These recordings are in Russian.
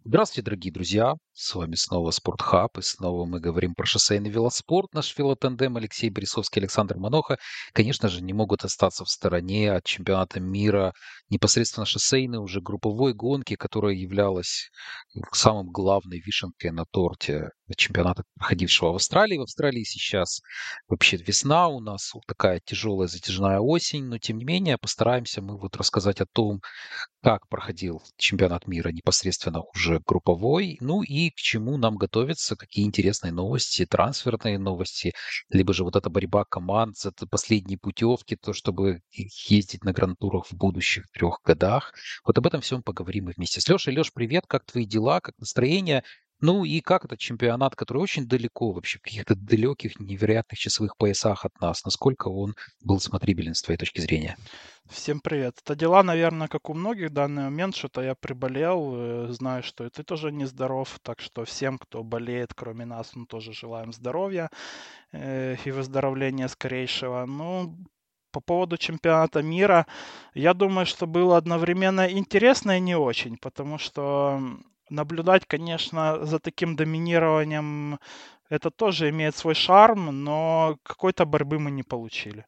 Здравствуйте, дорогие друзья! С вами снова Спортхаб, и снова мы говорим про шоссейный велоспорт. Наш велотандем Алексей Борисовский, Александр Маноха, конечно же, не могут остаться в стороне от чемпионата мира непосредственно шоссейной, уже групповой гонки, которая являлась самым главной вишенкой на торте чемпионата, проходившего в Австралии. В Австралии сейчас вообще весна, у нас вот такая тяжелая затяжная осень, но тем не менее постараемся мы вот рассказать о том, как проходил чемпионат мира непосредственно уже групповой, ну и к чему нам готовиться, какие интересные новости, трансферные новости, либо же вот эта борьба команд за последние путевки, то, чтобы ездить на гран-турах в будущих 3 годах. Вот об этом всем поговорим и вместе с Лешей. Леш, привет, как твои дела, как настроение? Ну и как этот чемпионат, который очень далеко, вообще в каких-то далеких, невероятных часовых поясах от нас, насколько он был смотрибелен с твоей точки зрения? Всем привет. Это дела, наверное, как у многих в данный момент, что-то я приболел, знаю, что и ты тоже нездоров, так что всем, кто болеет, кроме нас, мы тоже желаем здоровья и выздоровления скорейшего. Ну, по поводу чемпионата мира, я думаю, что было одновременно интересно и не очень, потому что наблюдать, конечно, за таким доминированием, это тоже имеет свой шарм, но какой-то борьбы мы не получили.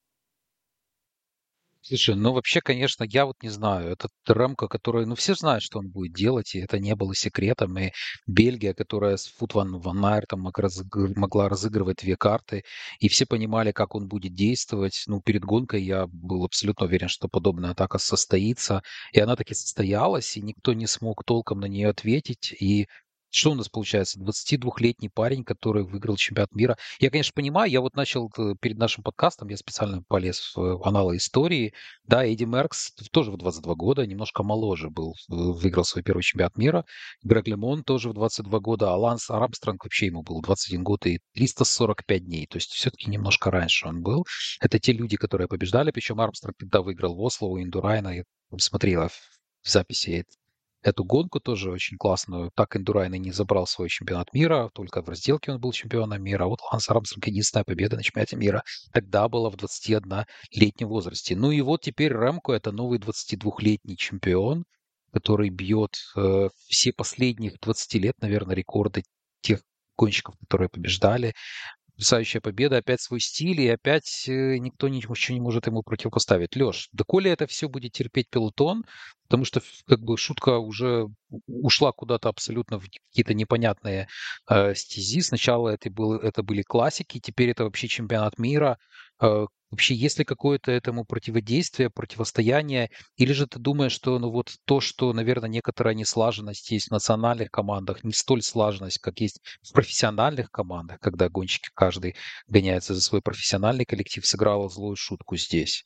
Слушай, ну вообще, конечно, я вот не знаю. Этот Ремко, который, ну все знают, что он будет делать, и это не было секретом. И Бельгия, которая с Фут Ван Аерт там могла разыгрывать 2 карты, и все понимали, как он будет действовать. Ну, перед гонкой я был абсолютно уверен, что подобная атака состоится. И она таки состоялась, и никто не смог толком на нее ответить. И что у нас получается? 22-летний парень, который выиграл чемпионат мира. Я, конечно, понимаю, я вот начал перед нашим подкастом, я специально полез в аналы истории. Да, Эдди Меркс тоже в 22 года, немножко моложе был, выиграл свой первый чемпионат мира. Грег Лемон тоже в 22 года, а Ланс Армстронг вообще ему был 21 год и 345 дней. То есть все-таки немножко раньше он был. Это те люди, которые побеждали, причем Армстронг тогда выиграл в Осло у Индурайна. Я смотрела в записи эту гонку тоже очень классную. Так Индурайн и не забрал свой чемпионат мира, только в разделке он был чемпионом мира. А вот Ланс Армстронг единственная победа на чемпионате мира тогда была в 21-летнем возрасте. Ну и вот теперь Ремко — это новый 22-летний чемпион, который бьет все последних 20 лет, наверное, рекорды тех гонщиков, которые побеждали. Потрясающая победа, опять свой стиль, и опять никто ничего не может ему противопоставить. Леш, доколе это все будет терпеть пелотон, потому что как бы шутка уже ушла куда-то абсолютно в какие-то непонятные стези. Сначала это были классики, теперь это вообще чемпионат мира. Вообще, есть ли какое-то этому противодействие, противостояние, или же ты думаешь, что ну вот то, что, наверное, некоторая неслаженность есть в национальных командах, не столь слаженность, как есть в профессиональных командах, когда гонщики каждый гоняется за свой профессиональный коллектив, сыграла злую шутку здесь?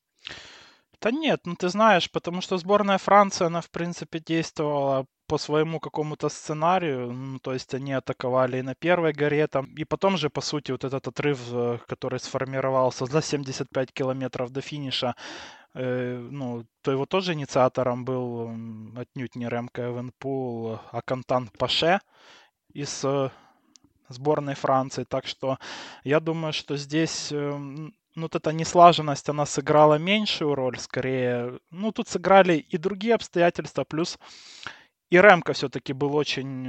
Да нет, ну ты знаешь, потому что сборная Франции, она в принципе действовала по своему какому-то сценарию, ну, то есть они атаковали и на первой горе там, и потом же, по сути, вот этот отрыв, который сформировался за 75 километров до финиша, ну, то его тоже инициатором был отнюдь не Ремко Эвенпул, а Кантан Паше из сборной Франции. Так что я думаю, что здесь ну, вот эта неслаженность, она сыграла меньшую роль, скорее. Ну, тут сыграли и другие обстоятельства, плюс и Ремко все-таки был очень,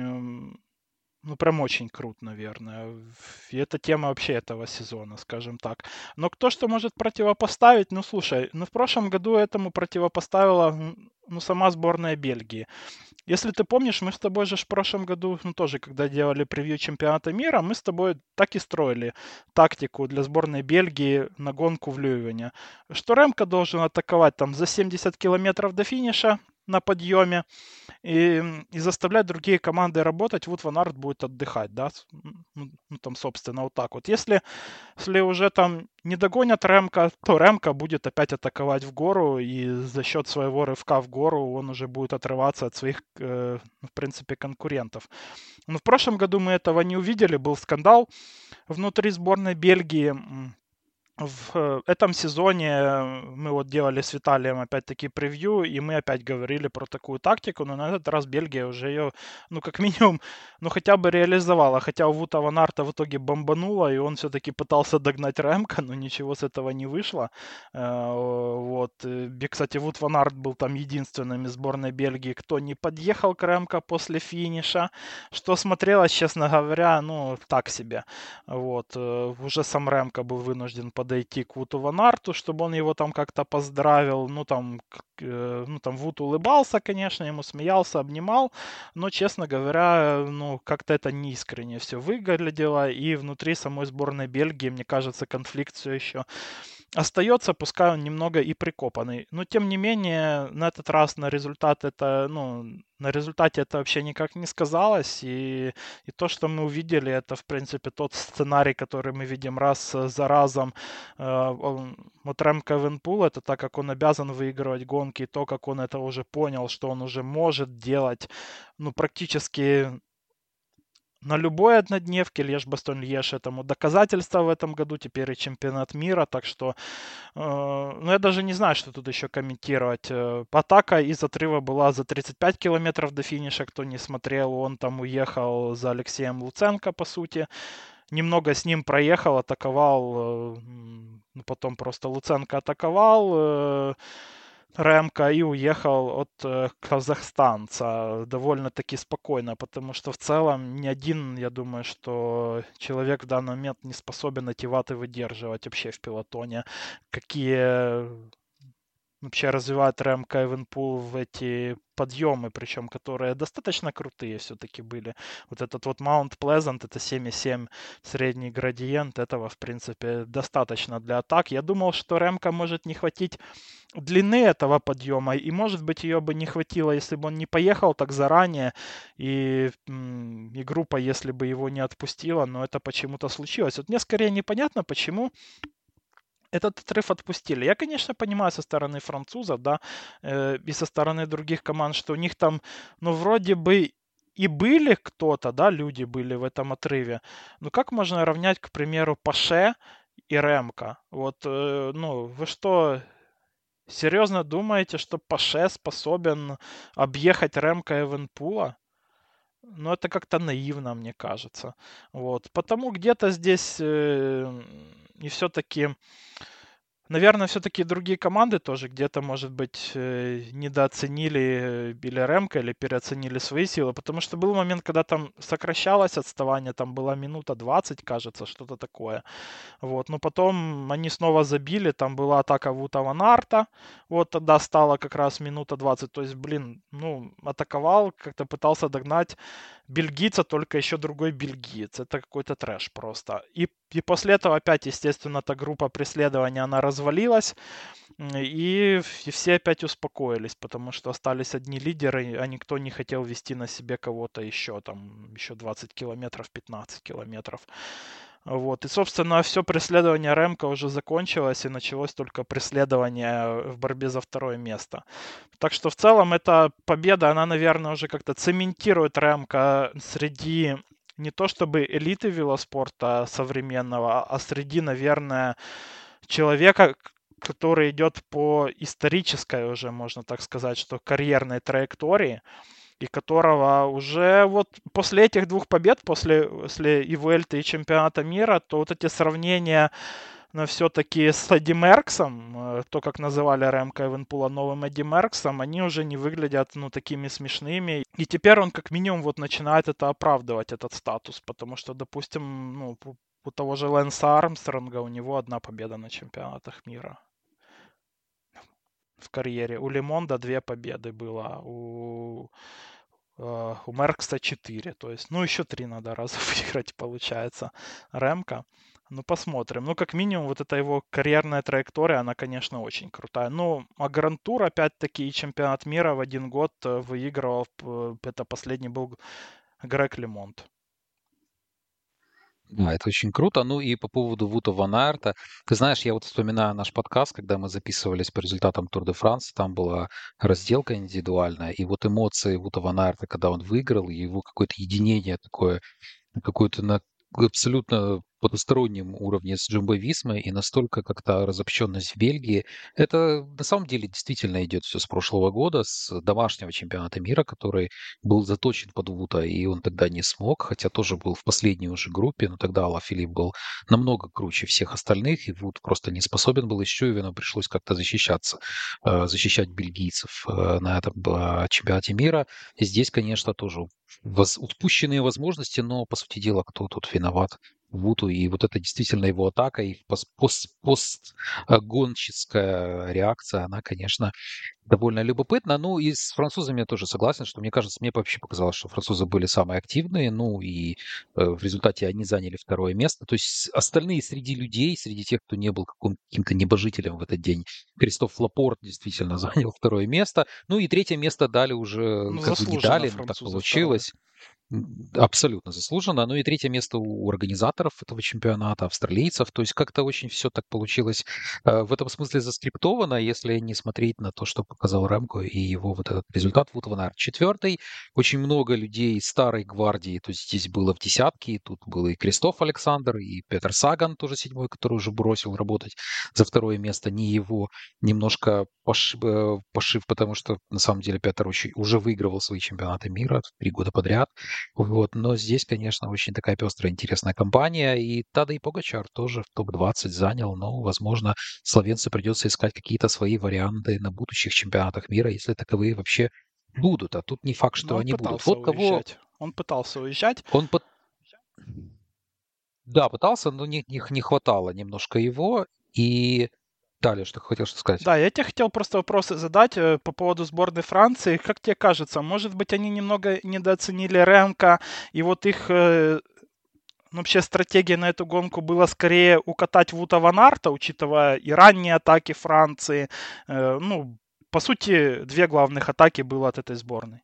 ну, прям очень крут, наверное. И это тема вообще этого сезона, скажем так. Но кто что может противопоставить? Ну, слушай, ну, в прошлом году этому противопоставила, ну, сама сборная Бельгии. Если ты помнишь, мы с тобой же в прошлом году, ну тоже, когда делали превью чемпионата мира, мы с тобой так и строили тактику для сборной Бельгии на гонку в Люевене. Что Ремко должен атаковать там за 70 километров до финиша на подъеме и заставлять другие команды работать, вот Ван Арт будет отдыхать, да, ну, там, собственно, вот так вот. Если уже там не догонят Ремка, то Ремка будет опять атаковать в гору, и за счет своего рывка в гору он уже будет отрываться от своих, в принципе, конкурентов. Но в прошлом году мы этого не увидели, был скандал внутри сборной Бельгии. в этом сезоне мы вот делали с Виталием опять-таки превью, и мы опять говорили про такую тактику, но на этот раз Бельгия уже ее, ну, как минимум, ну, хотя бы реализовала. Хотя у Вута Ван Арта в итоге бомбануло, и он все-таки пытался догнать Ремка, но ничего с этого не вышло. Вот. Кстати, Вут Ван Арт был там единственным из сборной Бельгии, кто не подъехал к Ремка после финиша, что смотрелось, честно говоря, ну, так себе. Вот. Уже сам Ремко был вынужден подойти к Вуту Ван Арту, чтобы он его там как-то поздравил. Ну, там Вут улыбался, конечно, ему смеялся, обнимал. Но, честно говоря, ну, как-то это неискренне все выглядело. И внутри самой сборной Бельгии, мне кажется, конфликт все еще остается, пускай он немного и прикопанный. Но, тем не менее, на этот раз на результат это, ну, на результате это вообще никак не сказалось. И то, что мы увидели, это, в принципе, тот сценарий, который мы видим раз за разом. Вот Ремко Эвенпул, это так, как он обязан выигрывать гонки, и то, как он это уже понял, что он уже может делать, ну, практически на любой однодневке. Льеж-Бастон-Льеж этому доказательство в этом году, теперь и чемпионат мира, так что, ну, я даже не знаю, что тут еще комментировать. Атака из отрыва была за 35 километров до финиша, кто не смотрел, он там уехал за Алексеем Луценко, по сути, немного с ним проехал, атаковал, ну, потом просто Луценко атаковал, Ремко и уехал от казахстанца довольно-таки спокойно, потому что в целом ни один, я думаю, что человек в данный момент не способен эти ваты выдерживать вообще в пилотоне. Какие вообще развивает Ремко Эвенпул в эти подъемы, причем которые достаточно крутые все-таки были. Вот этот вот Mount Pleasant, это 7,7 средний градиент, этого, в принципе, достаточно для атак. Я думал, что Ремко может не хватить длины этого подъема, и, может быть, ее бы не хватило, если бы он не поехал так заранее, и группа, если бы его не отпустила, но это почему-то случилось. Вот мне скорее непонятно, почему этот отрыв отпустили. Я, конечно, понимаю со стороны французов, да, и со стороны других команд, что у них там, ну, вроде бы и были кто-то, да, люди были в этом отрыве. Но как можно равнять, к примеру, Паше и Ремко? Вот, ну, вы что, серьезно думаете, что Паше способен объехать Ремко Эвенпула? Ну, это как-то наивно, мне кажется. Вот. Потому где-то здесь и все-таки, наверное, все-таки другие команды тоже где-то, может быть, недооценили Билли Ремко или переоценили свои силы, потому что был момент, когда там сокращалось отставание, там была минута 20, кажется, что-то такое. Вот, но потом они снова забили, там была атака Вута Ван Арта, вот тогда стало как раз минута 20, то есть, блин, ну, атаковал, как-то пытался догнать бельгийца, только еще другой бельгиец, это какой-то трэш просто. И после этого опять, естественно, эта группа преследования, она развалилась, и все опять успокоились, потому что остались одни лидеры, а никто не хотел вести на себе кого-то еще, там, еще 20 километров, 15 километров. Вот. И, собственно, все преследование Ремко уже закончилось, и началось только преследование в борьбе за второе место. Так что в целом эта победа, она, наверное, уже как-то цементирует Ремко среди не то чтобы элиты велоспорта современного, а среди, наверное, человека, который идет по исторической уже, можно так сказать, что карьерной траектории, и которого уже вот после этих двух побед, после и Vuelta, и чемпионата мира, то вот эти сравнения, но все-таки с Эдди Мерксом, то, как называли Ремко Эвенпула новым Эдди Мерксом, они уже не выглядят, ну, такими смешными. И теперь он как минимум вот начинает это оправдывать, этот статус, потому что, допустим, ну, у того же Лэнса Армстронга у него одна победа на чемпионатах мира в карьере. У Лемонда 2 победы было, у Меркса 4. То есть, ну, еще 3 надо раза выиграть, получается, Ремка. Ну, посмотрим. Ну, как минимум, вот эта его карьерная траектория, она, конечно, очень крутая. Ну, а Гран-тур, опять-таки, и чемпионат мира в один год выигрывал. Это последний был Грег Лемонт. Да, это очень круто. Ну и по поводу Вута Ван Аерта. Ты знаешь, я вот вспоминаю наш подкаст, когда мы записывались по результатам Тур де Франс, там была разделка индивидуальная, и вот эмоции Вута Ван Аерта, когда он выиграл, и его какое-то единение такое, какое-то абсолютно потустороннем уровне с Джумбо Висмой и настолько как-то разобщенность в Бельгии. Это на самом деле действительно идет все с прошлого года, с домашнего чемпионата мира, который был заточен под Вута, и он тогда не смог, хотя тоже был в последней уже группе, но тогда Алафилипп был намного круче всех остальных, и Вуд просто не способен был, и Стюйвену пришлось как-то защищаться, защищать бельгийцев на этом чемпионате мира. И здесь, конечно, тоже упущенные возможности, но, по сути дела, кто тут виноват? Вуту, и вот это действительно его атака, и постгонческая реакция, она, конечно, довольно любопытна. Ну, и с французами я тоже согласен, что мне вообще показалось, что французы были самые активные, ну, и в результате они заняли второе место. То есть остальные среди людей, среди тех, кто не был каким-то небожителем в этот день, Кристоф Лапорт действительно занял второе место. Ну, и третье место дали уже, Ну, как бы не заслуженно дали, но так французы второе. получилось. Абсолютно заслуженно. Ну и третье место у организаторов этого чемпионата, австралийцев. То есть как-то очень все так получилось в этом смысле заскриптовано, если не смотреть на то, что показал Ремко и его вот этот результат. Вот Ван Аерт четвертый. Очень много людей старой гвардии, то есть здесь было в десятке. Тут был и Кристоф Александр, и Петер Саган, тоже седьмой, который уже бросил работать за второе место. Не его немножко пошив, потому что на самом деле Петер уже выигрывал свои чемпионаты мира 3 года подряд. Вот, но здесь, конечно, очень такая пестрая, интересная компания. И Тадej Погачар тоже в топ-20 занял. Но, возможно, словенцу придется искать какие-то свои варианты на будущих чемпионатах мира, если таковые вообще будут. А тут не факт, Но что он они будут. пытался Вот кого уезжать. Он пытался уезжать. он да, пытался, но не хватало немножко его. И далее, что хотел что сказать. Да, я тебе хотел просто вопросы задать по поводу сборной Франции. Как тебе кажется, может быть, они немного недооценили Ремка, и вот их ну, вообще стратегия на эту гонку была скорее укатать Вута Ван Арта, учитывая и ранние атаки Франции. Ну, по сути, две главных атаки было от этой сборной.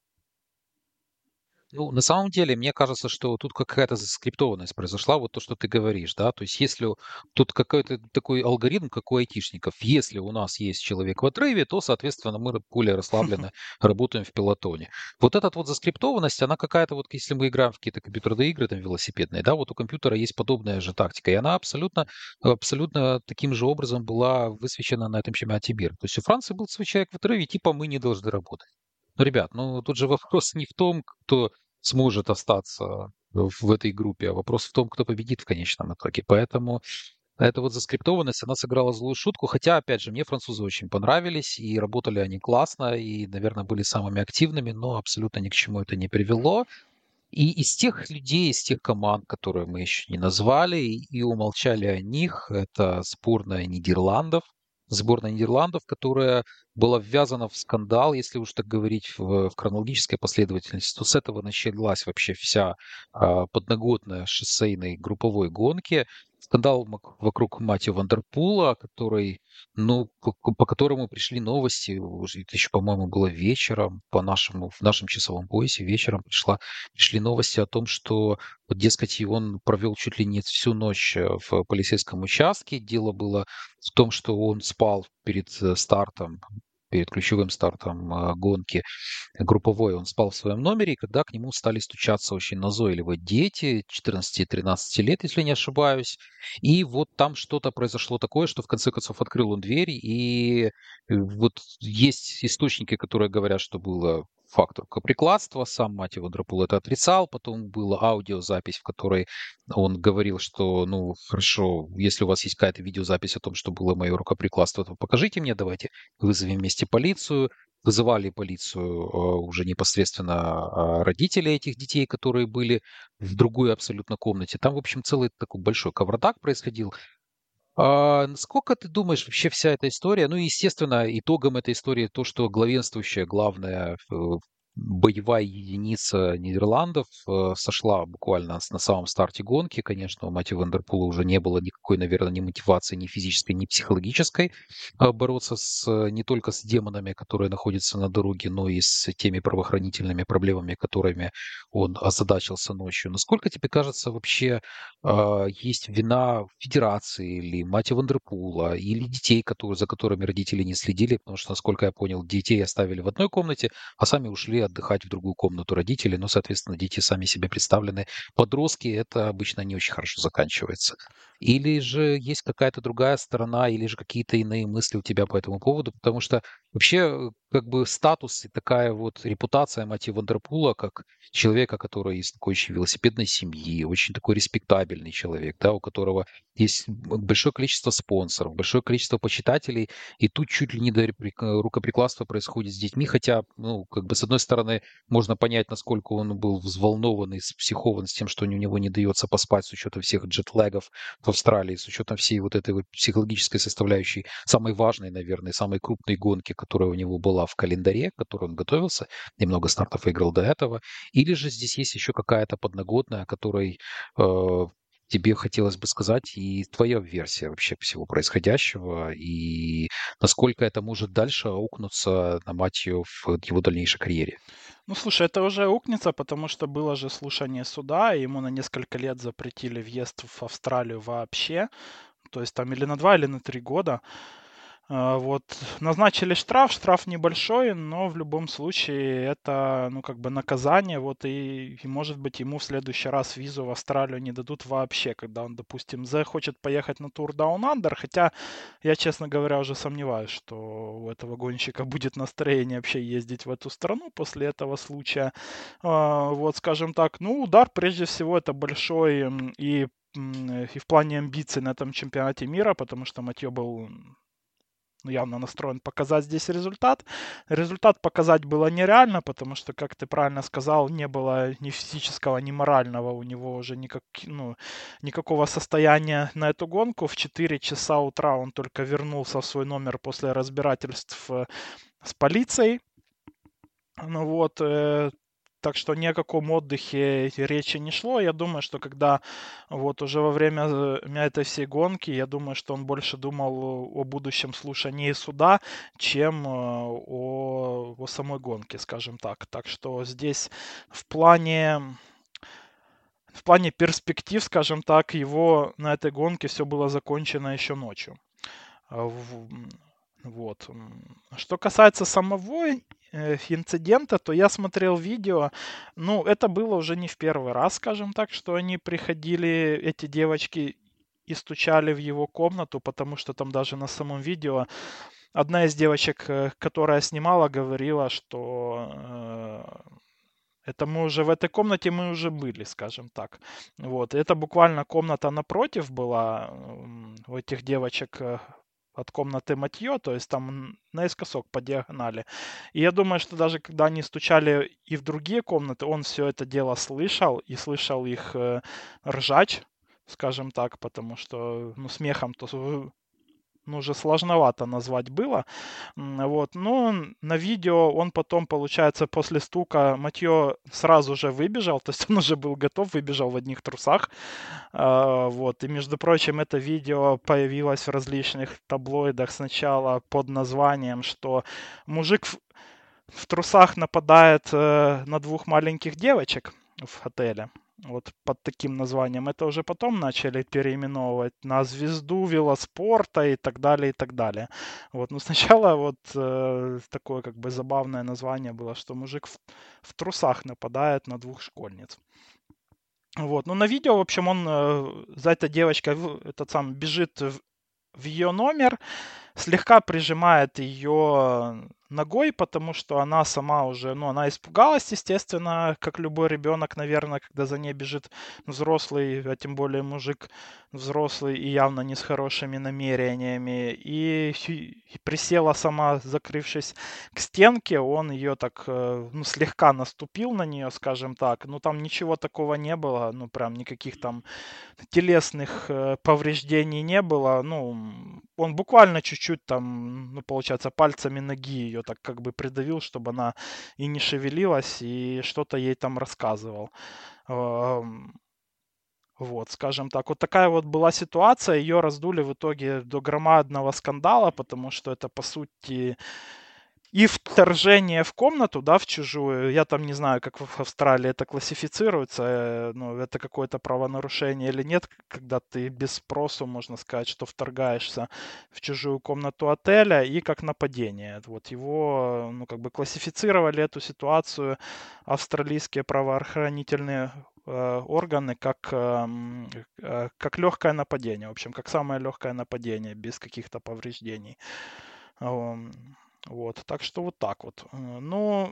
Ну, на самом деле, мне кажется, что тут какая-то заскриптованность произошла, вот то, что ты говоришь, да, то есть если тут какой-то такой алгоритм, как у айтишников, если у нас есть человек в отрыве, то, соответственно, мы более расслабленно работаем в пелотоне. Вот эта вот заскриптованность, она какая-то вот, если мы играем в какие-то компьютерные игры, там, велосипедные, да, вот у компьютера есть подобная же тактика, и она абсолютно таким же образом была высвечена на этом чемпионате мира. То есть у Франции был свой человек в отрыве, типа мы не должны работать. Ну, ребят, ну тут же вопрос не в том, кто сможет остаться в этой группе, а вопрос в том, кто победит в конечном итоге. Поэтому эта вот заскриптованность, она сыграла злую шутку. Хотя, опять же, мне французы очень понравились, и работали они классно, и, наверное, были самыми активными, но абсолютно ни к чему это не привело. И из тех людей, из тех команд, которые мы еще не назвали и умолчали о них, это сборная Нидерландов. Сборная Нидерландов, которая была ввязана в скандал, если уж так говорить в хронологической последовательности, то с этого началась вообще вся подноготная шоссейной групповой гонки. Скандал вокруг Матью Вандерпула, который, ну, по которому пришли новости, это еще, по-моему, было вечером, в нашем часовом поясе вечером пришли новости о том, что, вот, дескать, и он провел чуть ли не всю ночь в полицейском участке. Дело было в том, что он спал перед ключевым стартом гонки групповой, он спал в своем номере, и когда к нему стали стучаться очень назойливо дети 14-13 лет, если не ошибаюсь, и вот там что-то произошло такое, что в конце концов открыл он дверь, и вот есть источники, которые говорят, что было факт рукоприкладства, сам Матью Вандерпул это отрицал, потом была аудиозапись, в которой он говорил, что, ну, хорошо, если у вас есть какая-то видеозапись о том, что было мое рукоприкладство, то покажите мне, давайте вызовем вместе полицию. Вызывали полицию уже непосредственно родители этих детей, которые были в другой абсолютно комнате. Там, в общем, целый такой большой кавардак происходил. Насколько ты думаешь, вообще вся эта история, ну, естественно, итогом этой истории то, что главенствующая, главная боевая единица Нидерландов сошла буквально на самом старте гонки. Конечно, у Матью Вандерпула уже не было никакой, наверное, ни мотивации, ни физической, ни психологической бороться не только с демонами, которые находятся на дороге, но и с теми правоохранительными проблемами, которыми он озадачился ночью. Насколько тебе кажется, вообще есть вина федерации или Мати Вандерпула, или детей, за которыми родители не следили, потому что, насколько я понял, детей оставили в одной комнате, а сами ушли отдыхать в другую комнату родителей, но, соответственно, дети сами себе представлены. Подростки, это обычно не очень хорошо заканчивается. Или же есть какая-то другая сторона, или же какие-то иные мысли у тебя по этому поводу, потому что вообще как бы статус и такая вот репутация Матью Вандерпула, как человека, который из такой еще велосипедной семьи, очень такой респектабельный человек, да, у которого есть большое количество спонсоров, большое количество почитателей, и тут чуть ли не до рукоприкладства происходит с детьми, хотя, ну, как бы, с одной стороны, можно понять, насколько он был взволнован и психован с тем, что у него не дается поспать с учетом всех джетлэгов в Австралии, с учетом всей вот этой вот психологической составляющей, самой важной, наверное, самой крупной гонки, которая у него была в календаре, к которой он готовился, немного стартов выиграл до этого, или же здесь есть еще какая-то подноготная, о которой тебе хотелось бы сказать, и твоя версия вообще всего происходящего, и насколько это может дальше аукнуться на Матью в его дальнейшей карьере. Ну, слушай, это уже аукнется, потому что было же слушание суда, и ему на несколько лет запретили въезд в Австралию вообще. То есть там или на 2, или на 3 года. Вот, назначили штраф небольшой, но в любом случае это, ну, как бы наказание, вот, и может быть, ему в следующий раз визу в Австралию не дадут вообще, когда он, допустим, захочет поехать на тур Down Under, хотя я, честно говоря, уже сомневаюсь, что у этого гонщика будет настроение вообще ездить в эту страну после этого случая. Вот, скажем так, ну, удар, прежде всего, это большой и в плане амбиций на этом чемпионате мира, потому что Матьё был, ну, явно настроен показать здесь результат. Результат показать было нереально, потому что, как ты правильно сказал, не было ни физического, ни морального у него уже никакого состояния на эту гонку. В 4 часа утра он только вернулся в свой номер после разбирательств с полицией. Ну вот, так что ни о каком отдыхе речи не шло. Я думаю, что когда вот уже во время этой всей гонки, я думаю, что он больше думал о будущем слушании суда, чем о самой гонке, скажем так. Так что здесь в плане, в плане перспектив, скажем так, его на этой гонке все было закончено еще ночью. Вот. Что касается самого инцидента, то я смотрел видео. Ну, это было уже не в первый раз, скажем так, что они приходили, эти девочки, и стучали в его комнату, потому что там даже на самом видео одна из девочек, которая снимала, говорила, что это мы уже в этой комнате мы уже были, скажем так. Вот. Это буквально комната напротив была у этих девочек от комнаты Матьё, то есть там наискосок по диагонали. И я думаю, что даже когда они стучали и в другие комнаты, он все это дело слышал и слышал их ржач, скажем так, потому что, ну, смехом то ну, уже сложновато назвать было. Вот. Но на видео он потом, получается, после стука Матьё сразу же выбежал, то есть он уже был готов, выбежал в одних трусах. Вот. И, между прочим, это видео появилось в различных таблоидах сначала под названием, что мужик в трусах нападает на двух маленьких девочек в отеле. Вот под таким названием. Это уже потом начали переименовывать на звезду велоспорта и так далее, и так далее. Вот. Но сначала вот такое как бы забавное название было, что мужик в трусах нападает на двух школьниц. Вот. Ну, на видео, в общем, он за этой девочкой этот сам бежит в ее номер, слегка прижимает ее ногой, потому что она сама уже, ну, она испугалась, естественно, как любой ребенок, наверное, когда за ней бежит взрослый, а тем более мужик взрослый и явно не с хорошими намерениями. И присела сама, закрывшись к стенке, он ее так, ну, слегка наступил на нее, скажем так. Ну, там ничего такого не было, ну, прям никаких там телесных повреждений не было. Ну, он буквально чуть-чуть там, ну, получается, пальцами ноги ее так как бы придавил, чтобы она и не шевелилась, и что-то ей там рассказывал. Вот, скажем так. Вот такая вот была ситуация. Ее раздули в итоге до громадного скандала, потому что это, по сути, И вторжение в комнату, да, в чужую, я там не знаю, как в Австралии это классифицируется, ну, это какое-то правонарушение или нет, когда ты без спросу, можно сказать, что вторгаешься в чужую комнату отеля, и как нападение. Вот его, ну, как бы классифицировали эту ситуацию австралийские правоохранительные органы как легкое нападение, в общем, как самое легкое нападение, без каких-то повреждений. Ам, Вот, так что вот так вот. Ну,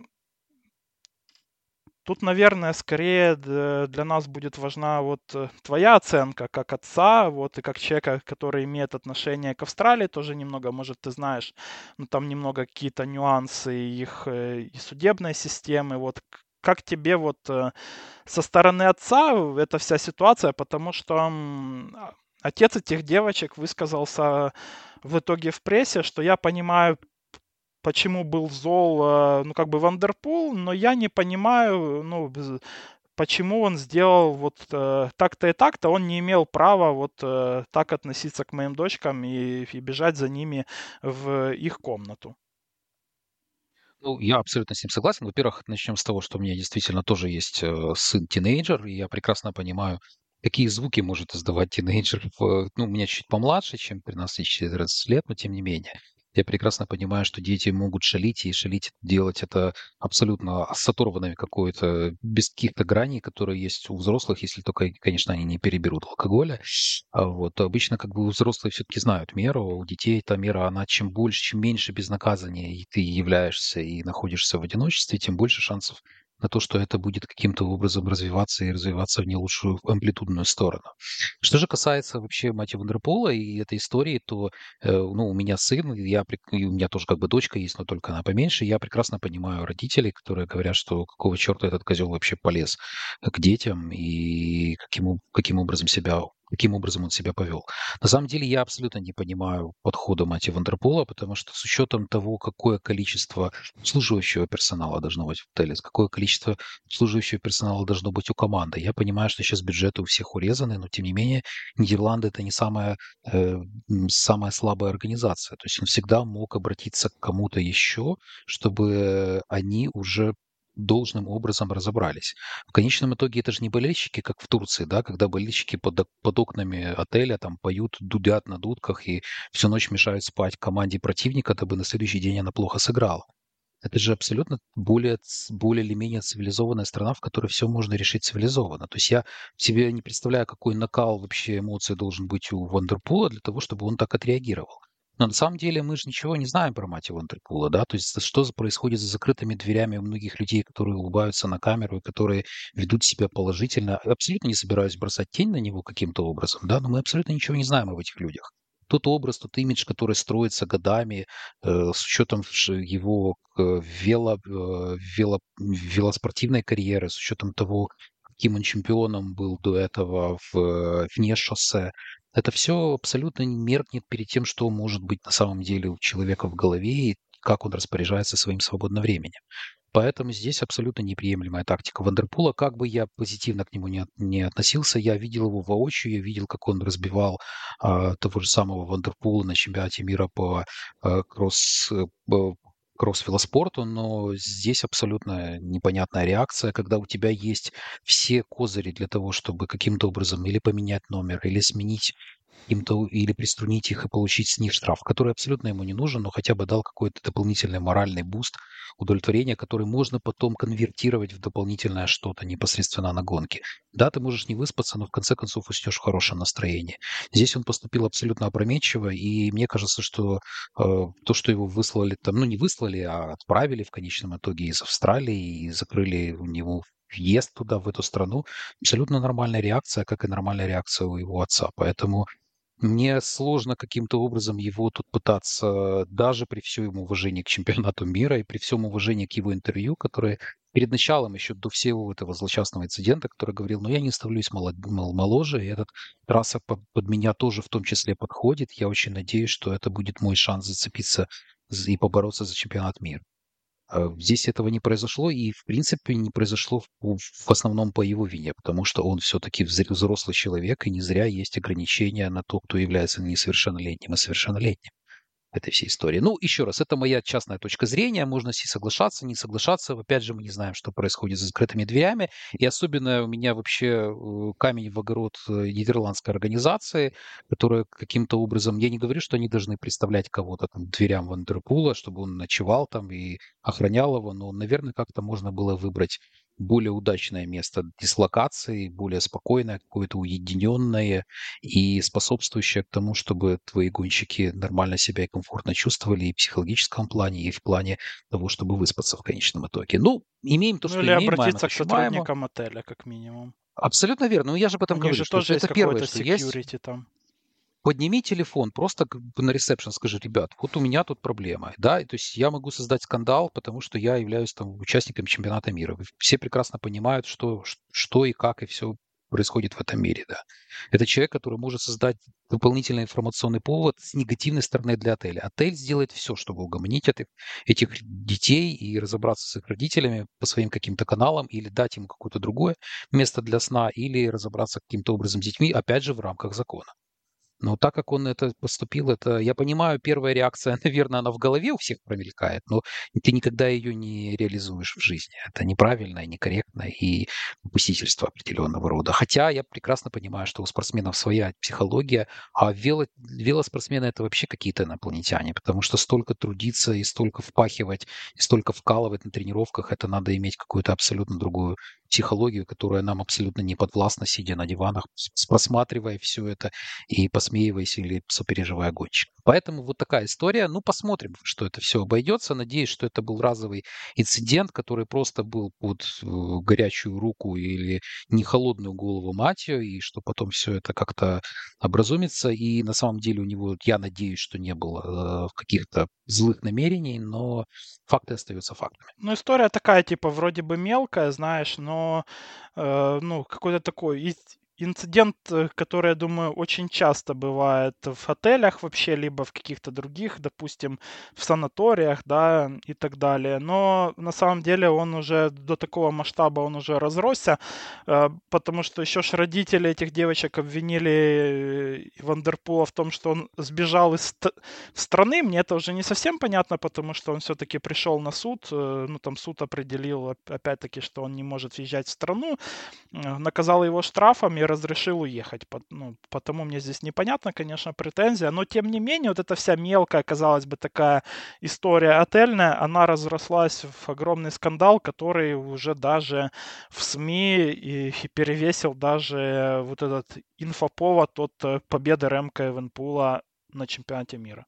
тут, наверное, скорее для нас будет важна вот твоя оценка как отца, вот, и как человека, который имеет отношение к Австралии, тоже немного, может, ты знаешь, ну, там немного какие-то нюансы их и судебной системы, вот, как тебе вот со стороны отца эта вся ситуация, потому что отец этих девочек высказался в итоге в прессе, что я понимаю, почему был зол, ну, как бы Вандерпул, но я не понимаю, ну, почему он сделал вот так-то и так-то, он не имел права вот так относиться к моим дочкам и бежать за ними в их комнату. Ну, я абсолютно с ним согласен. Во-первых, начнем с того, что у меня действительно тоже есть сын-тинейджер, и я прекрасно понимаю, какие звуки может издавать тинейджер. Ну, у меня чуть помладше, чем 13-14 лет, но тем не менее. Я прекрасно понимаю, что дети могут шалить, и шалить, делать это абсолютно с оторванными какой-то, без каких-то граней, которые есть у взрослых, если только, конечно, они не переберут алкоголя. Вот. Обычно как бы взрослые все-таки знают меру, а у детей эта мера, она чем больше, чем меньше без наказания и ты являешься и находишься в одиночестве, тем больше шансов на то, что это будет каким-то образом развиваться и развиваться в не лучшую амплитудную сторону. Что же касается вообще Мэтью Вандерпола и этой истории, то ну, у меня сын, и у меня тоже как бы дочка есть, но только она поменьше. Я прекрасно понимаю родителей, которые говорят, что какого черта этот козел вообще полез к детям и каким образом он себя повел. На самом деле я абсолютно не понимаю подхода Мати Вандерпола, потому что с учетом того, какое количество обслуживающего персонала должно быть в отеле, какое количество обслуживающего персонала должно быть у команды. Я понимаю, что сейчас бюджеты у всех урезаны, но тем не менее Нидерланды это не самая слабая организация. То есть он всегда мог обратиться к кому-то еще, чтобы они уже должным образом разобрались. В конечном итоге это же не болельщики, как в Турции, да, когда болельщики под окнами отеля там поют, дудят на дудках и всю ночь мешают спать команде противника, дабы на следующий день она плохо сыграла. Это же абсолютно более или менее цивилизованная страна, в которой все можно решить цивилизованно. То есть я себе не представляю, какой накал вообще эмоций должен быть у Вандерпула для того, чтобы он так отреагировал. Но на самом деле мы же ничего не знаем про мать Вандерпула, да, то есть происходит за закрытыми дверями у многих людей, которые улыбаются на камеру и которые ведут себя положительно. Абсолютно не собираюсь бросать тень на него каким-то образом, да, но мы абсолютно ничего не знаем об этих людях. Тот образ, тот имидж, который строится годами, с учетом его велоспортивной карьеры, с учетом того, каким он чемпионом был до этого вне шоссе. Это все абсолютно меркнет перед тем, что может быть на самом деле у человека в голове и как он распоряжается своим свободным временем. Поэтому здесь абсолютно неприемлемая тактика Вандерпула. Как бы я позитивно к нему не относился, я видел его воочию, я видел, как он разбивал того же самого Вандерпула на чемпионате мира по а, кросс, э, б- кросс-велоспорту, но здесь абсолютно непонятная реакция, когда у тебя есть все козыри для того, чтобы каким-то образом или поменять номер, или сменить им-то или приструнить их и получить с них штраф, который абсолютно ему не нужен, но хотя бы дал какой-то дополнительный моральный буст, удовлетворение, который можно потом конвертировать в дополнительное что-то непосредственно на гонке. Да, ты можешь не выспаться, но в конце концов уснешь в хорошем настроении. Здесь он поступил абсолютно опрометчиво, и мне кажется, что то, что его выслали там, ну не выслали, а отправили в конечном итоге из Австралии и закрыли у него въезд туда, в эту страну, абсолютно нормальная реакция, как и нормальная реакция у его отца. Поэтому мне сложно каким-то образом его тут пытаться, даже при всем его уважении к чемпионату мира и при всем уважении к его интервью, которое перед началом, еще до всего этого злочастного инцидента, который говорил, ну я не становлюсь моложе, и этот трасса под меня тоже в том числе подходит. Я очень надеюсь, что это будет мой шанс зацепиться и побороться за чемпионат мира. Здесь этого не произошло, и, в принципе, не произошло в основном по его вине, потому что он все-таки взрослый человек, и не зря есть ограничения на то, кто является несовершеннолетним и совершеннолетним. этой всей истории. Ну, еще раз, это моя частная точка зрения, можно с ней соглашаться, не соглашаться. Опять же, мы не знаем, что происходит за закрытыми дверями. И особенно у меня вообще камень в огород нидерландской организации, которая каким-то образом, я не говорю, что они должны представлять кого-то там дверям Вандерпула, чтобы он ночевал там и охранял его, но, наверное, как-то можно было выбрать более удачное место дислокации, более спокойное, какое-то уединенное и способствующее к тому, чтобы твои гонщики нормально себя и комфортно чувствовали и в психологическом плане, и в плане того, чтобы выспаться в конечном итоге. Ну, имеем то, Ну что или имеем, маем обратиться это, к что маем. сотрудникам отеля, как минимум. Абсолютно верно. Ну, я же об У этом них говорю, же что тоже есть это первое, какое-то что есть. security там. Подними телефон, просто как бы на ресепшн скажи: ребят, вот у меня тут проблема. Да, и то есть я могу создать скандал, потому что я являюсь там участником чемпионата мира. Все прекрасно понимают, что и как, и все происходит в этом мире, да. Это человек, который может создать дополнительный информационный повод с негативной стороны для отеля. Отель сделает все, чтобы угомонить этих детей и разобраться с их родителями по своим каким-то каналам или дать им какое-то другое место для сна, или разобраться каким-то образом с детьми, опять же, в рамках закона. Но так как он это поступил, это, я понимаю, первая реакция, наверное, она в голове у всех промелькает, но ты никогда ее не реализуешь в жизни. Это неправильно и некорректно, и попустительство определенного рода. Хотя я прекрасно понимаю, что у спортсменов своя психология, а велоспортсмены это вообще какие-то инопланетяне, потому что столько трудиться и столько впахивать, и столько вкалывать на тренировках, это надо иметь какую-то абсолютно другую психологию, которая нам абсолютно не подвластна, сидя на диванах, просматривая все это и посмеиваясь или сопереживая гонщик. Поэтому вот такая история. Ну, посмотрим, что это все обойдется. Надеюсь, что это был разовый инцидент, который просто был под горячую руку или не холодную голову Матью, и что потом все это как-то образумится. И на самом деле у него, я надеюсь, что не было каких-то злых намерений, но факты остаются фактами. Ну, история такая, типа, вроде бы мелкая, знаешь, но, ну, какой-то такой инцидент, который, я думаю, очень часто бывает в отелях вообще, либо в каких-то других, допустим, в санаториях, да, и так далее. Но на самом деле он уже до такого масштаба, он уже разросся, потому что еще ж родители этих девочек обвинили Вандерпула в том, что он сбежал из страны. Мне это уже не совсем понятно, потому что он все-таки пришел на суд. Ну, там суд определил, опять-таки, что он не может въезжать в страну, наказал его штрафом и разрешил уехать. Ну, потому мне здесь непонятно, конечно, претензия, но тем не менее, вот эта вся мелкая, казалось бы, такая история отельная, она разрослась в огромный скандал, который уже даже в СМИ и перевесил даже вот этот инфоповод от победы Ремка Эвенпула на чемпионате мира.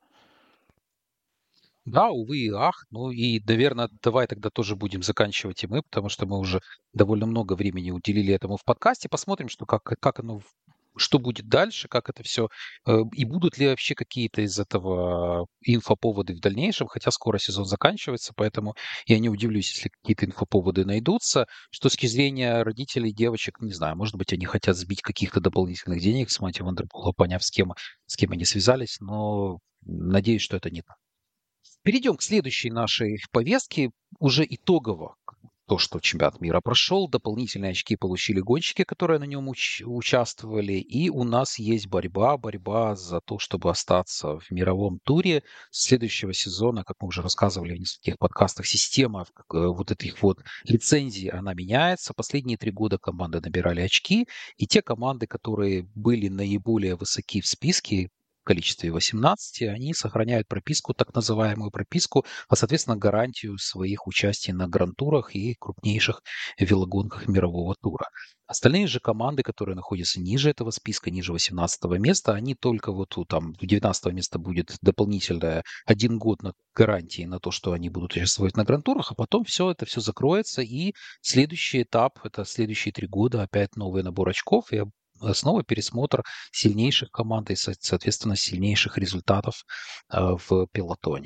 Да, увы и ах. Ну и, наверное, давай тогда тоже будем заканчивать и мы, потому что мы уже довольно много времени уделили этому в подкасте. Посмотрим, как оно, что будет дальше, как это все, и будут ли вообще какие-то из этого инфоповоды в дальнейшем, хотя скоро сезон заканчивается, поэтому я не удивлюсь, если какие-то инфоповоды найдутся. С точки зрения родителей девочек, не знаю, может быть, они хотят сбить каких-то дополнительных денег с Матью Вандерпула, поняв, с кем они связались, но надеюсь, что это не так. Перейдем к следующей нашей повестке, уже итогово. То, что чемпионат мира прошел, дополнительные очки получили гонщики, которые на нем участвовали, и у нас есть борьба за то, чтобы остаться в мировом туре следующего сезона, как мы уже рассказывали в нескольких подкастах, система вот этих вот лицензий, она меняется. Последние 3 года команды набирали очки, и те команды, которые были наиболее высоки в списке, в количестве 18, они сохраняют прописку, так называемую прописку, а, соответственно, гарантию своих участий на гран-турах и крупнейших велогонках мирового тура. Остальные же команды, которые находятся ниже этого списка, ниже 18 места, они только вот там у 19 места будет дополнительная 1 год на гарантии на то, что они будут участвовать на гран-турах, а потом все закроется, и следующий этап, это следующие 3 года, опять новый набор очков, и снова пересмотр сильнейших команд и, соответственно, сильнейших результатов в пелотоне.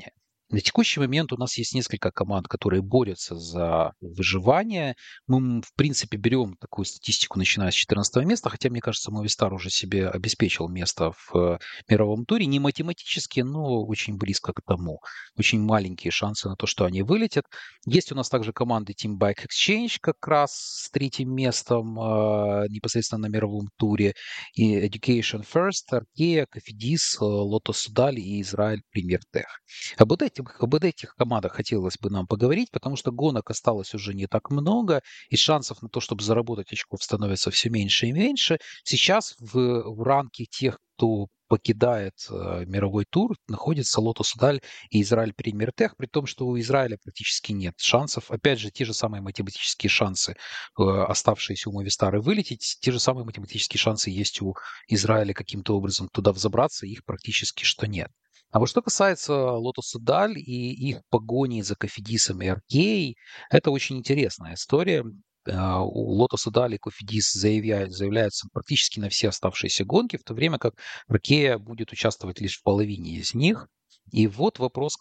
На текущий момент у нас есть несколько команд, которые борются за выживание. Мы, в принципе, берем такую статистику, начиная с 14 места, хотя, мне кажется, Movistar уже себе обеспечил место в мировом туре. Не математически, но очень близко к тому. Очень маленькие шансы на то, что они вылетят. Есть у нас также команды Team Bike Exchange как раз с третьим местом непосредственно на мировом туре. И Education First, Arkea, Cofidis, Lotto Soudal и Израиль Premier Tech. Об этих командах хотелось бы нам поговорить, потому что гонок осталось уже не так много, и шансов на то, чтобы заработать очков, становится все меньше и меньше. Сейчас в ранге тех, кто покидает мировой тур, находится Лото Судаль и Израиль Премьер Тех, при том, что у Израиля практически нет шансов. Опять же, те же самые математические шансы, оставшиеся у Movistar вылететь, те же самые математические шансы есть у Израиля каким-то образом туда взобраться, их практически что нет. А вот что касается Лотоса Даль и их погони за Кофидисом и Аркей, это очень интересная история. У Лотоса Даль и Кофидис заявляются практически на все оставшиеся гонки, в то время как Аркея будет участвовать лишь в половине из них. И вот вопрос,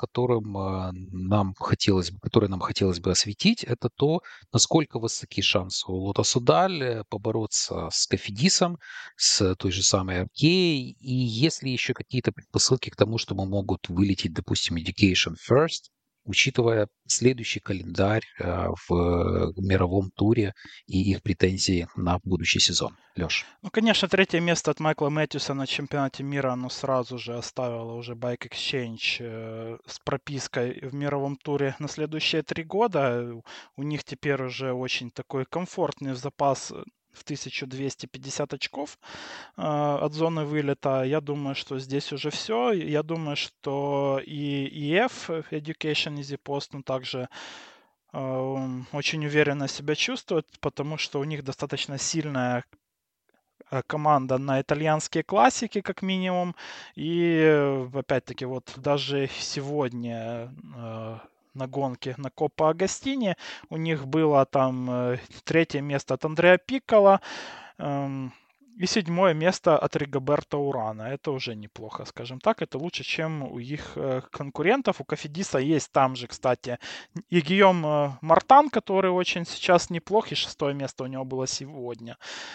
который нам хотелось бы осветить, это то, насколько высоки шансы у Лотоса Даль побороться с Кофидисом, с той же самой Аркей, и есть ли еще какие-то предпосылки к тому, что мы могут вылететь, допустим, Education First, учитывая следующий календарь в мировом туре и их претензии на будущий сезон. Леш. Ну, конечно, третье место от Майкла Мэтьюса на чемпионате мира, оно сразу же оставило уже Bike Exchange с пропиской в мировом туре на следующие 3 года. У них теперь уже очень такой комфортный запас в 1250 очков от зоны вылета. Я думаю, что здесь уже все. Я думаю, что и EF, Education Easy Post, ну, также очень уверенно себя чувствует, потому что у них достаточно сильная команда на итальянские классики, как минимум. И, опять-таки, вот даже сегодня на гонке на Коппа Агастини у них было там третье место от Андреа Пиккола. И 7 место от Ригоберто Урана. Это уже неплохо, скажем так. Это лучше, чем у их конкурентов. У Кофидиса есть там же, кстати, и Гийом Мартан, который очень сейчас неплох. И 6 место у него было сегодня.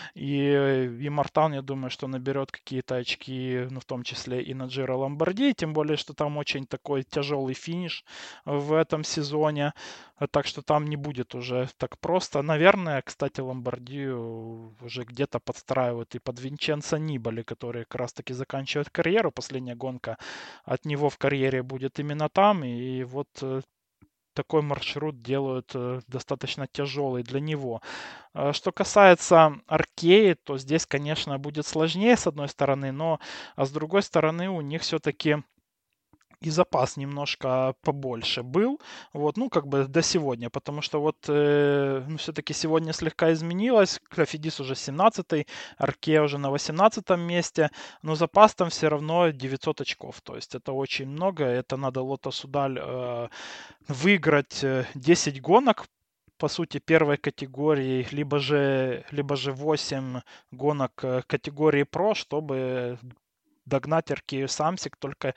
И Мартан, я думаю, что наберет какие-то очки, ну, в том числе и на Джиро Ломбарди. Тем более, что там очень такой тяжелый финиш в этом сезоне. Так что там не будет уже так просто. Наверное, кстати, Ломбардию уже где-то подстраивают и под Винченцо Нибали, который как раз-таки заканчивает карьеру. Последняя гонка от него в карьере будет именно там. И вот такой маршрут делают достаточно тяжелый для него. Что касается Аркеи, то здесь, конечно, будет сложнее с одной стороны, но с другой стороны у них все-таки и запас немножко побольше был, вот, ну, как бы до сегодня, потому что вот, ну, все-таки сегодня слегка изменилось, Клафидис уже 17-й, Арке уже на 18-м месте, но запас там все равно 900 очков, то есть это очень много, это надо Лотто Судаль выиграть 10 гонок, по сути, первой категории, либо же 8 гонок категории Pro, чтобы догнать Аркею Самсик, только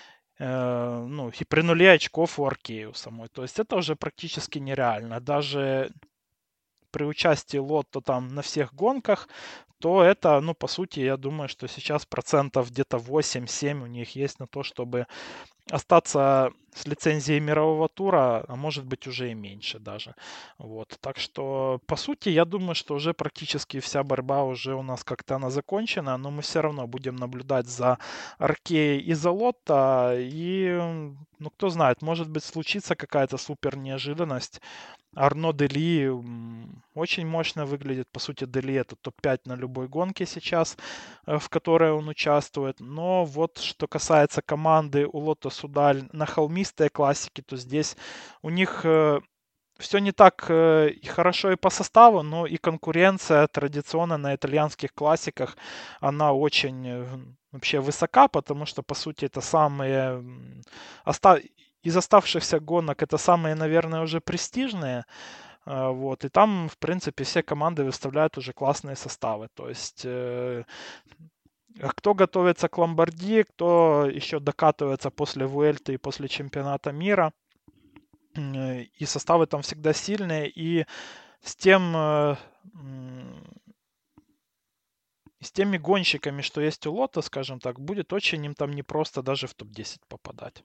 ну, и при нуле очков у Аркею самой. То есть это уже практически нереально. Даже при участии Лотто там на всех гонках, то это, ну, по сути, я думаю, что сейчас процентов где-то 8-7 у них есть на то, чтобы остаться с лицензией мирового тура, а может быть уже и меньше даже. Вот. Так что, по сути, я думаю, что уже практически вся борьба уже у нас как-то она закончена, но мы все равно будем наблюдать за Аркеей и за Лотто, и, ну, кто знает, может быть, случится какая-то супер неожиданность. Арно Дели очень мощно выглядит. По сути, Дели это топ-5 на любой гонке сейчас, в которой он участвует. Но вот что касается команды у Лотто Судаль на холмистой классике, то здесь у них все не так и хорошо и по составу, но и конкуренция традиционно на итальянских классиках, она очень вообще высока, потому что, по сути, это самые из оставшихся гонок это самые, наверное, уже престижные. Вот. И там, в принципе, все команды выставляют уже классные составы. То есть Кто готовится к Ломбарди, кто еще докатывается после Vuelты и после чемпионата мира. И составы там всегда сильные, и с тем с теми гонщиками, что есть у Лотта, скажем так, будет очень им там непросто даже в топ-10 попадать.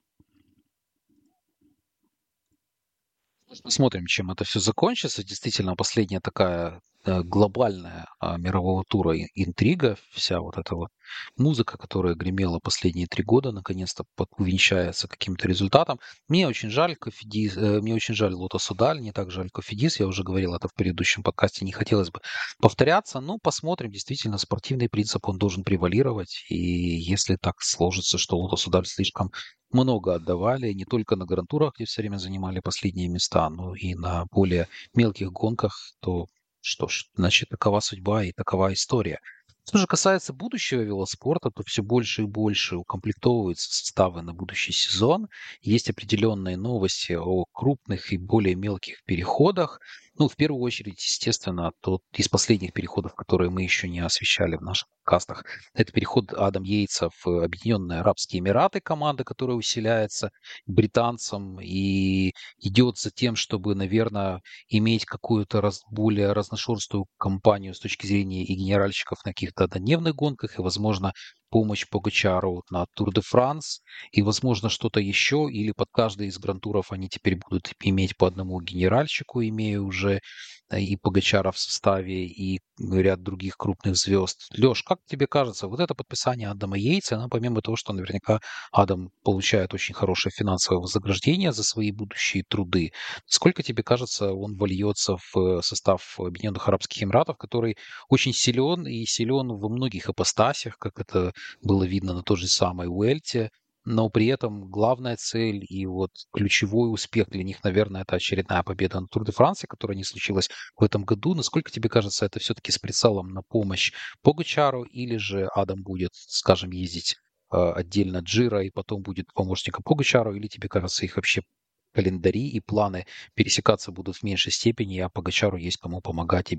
Посмотрим, чем это все закончится. Действительно, последняя такая глобальная мирового тура интрига, вся вот эта вот музыка, которая гремела последние 3 года, наконец-то увенчается каким-то результатом. Мне очень жаль Кофидис, мне очень жаль Лотто Судаль, не так жаль Кофидис, я уже говорил это в предыдущем подкасте, не хотелось бы повторяться, но посмотрим, действительно, спортивный принцип, он должен превалировать, и если так сложится, что Лотто Судаль слишком много отдавали, не только на гран-турах, где все время занимали последние места, но и на более мелких гонках, то что ж, значит, такова судьба и такова история. Что же касается будущего велоспорта, то все больше и больше укомплектовываются составы на будущий сезон. Есть определенные новости о крупных и более мелких переходах. Ну, в первую очередь, естественно, тот из последних переходов, которые мы еще не освещали в наших подкастах, это переход Адам Йейтса в Объединенные Арабские Эмираты, команда, которая усиляется британцам и идет за тем, чтобы, наверное, иметь какую-то более разношерстную компанию с точки зрения и генеральщиков на каких-то однодневных гонках, и, возможно, помощь Погачару на Тур де Франс, и, возможно, что-то еще, или под каждый из гран-туров они теперь будут иметь по одному генеральщику, имея уже и Погачара в составе, и ряд других крупных звезд. Леш, как тебе кажется, вот это подписание Адама Йейтса, оно помимо того, что наверняка Адам получает очень хорошее финансовое вознаграждение за свои будущие труды, сколько тебе кажется, он вольется в состав Объединенных Арабских Эмиратов, который очень силен и силен во многих ипостасях, как это было видно на той же самой Уэльте, но при этом главная цель и вот ключевой успех для них, наверное, это очередная победа на Тур де Франсе, которая не случилась в этом году. Насколько тебе кажется, это все-таки с прицелом на помощь Погачару, или же Адам будет, скажем, ездить отдельно Джира и потом будет помощником Погачару, или тебе кажется, их вообще календари и планы пересекаться будут в меньшей степени, а Погачару есть кому помогать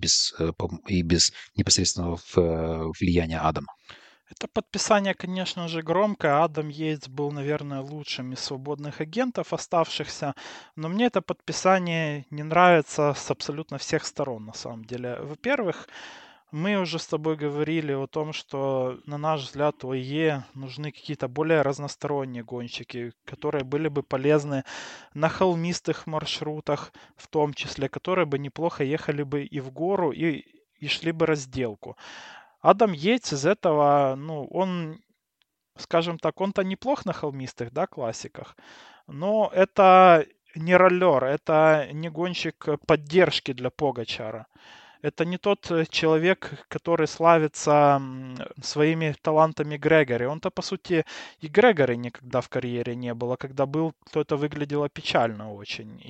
и без непосредственного влияния Адама? Это подписание, конечно же, громкое. Адам Йейтс был, наверное, лучшим из свободных агентов оставшихся, но мне это подписание не нравится с абсолютно всех сторон, на самом деле. Во-первых, мы уже с тобой говорили о том, что, на наш взгляд, у ОЕ нужны какие-то более разносторонние гонщики, которые были бы полезны на холмистых маршрутах, в том числе, которые бы неплохо ехали бы и в гору, и шли бы разделку. Адам Йейтс из этого, ну, он, скажем так, он-то неплох на холмистых, да, классиках, но это не роллер, это не гонщик поддержки для Погачара. Это не тот человек, который славится своими талантами Грегори. Он-то, по сути, и Грегори никогда в карьере не было. Когда был, то это выглядело печально очень.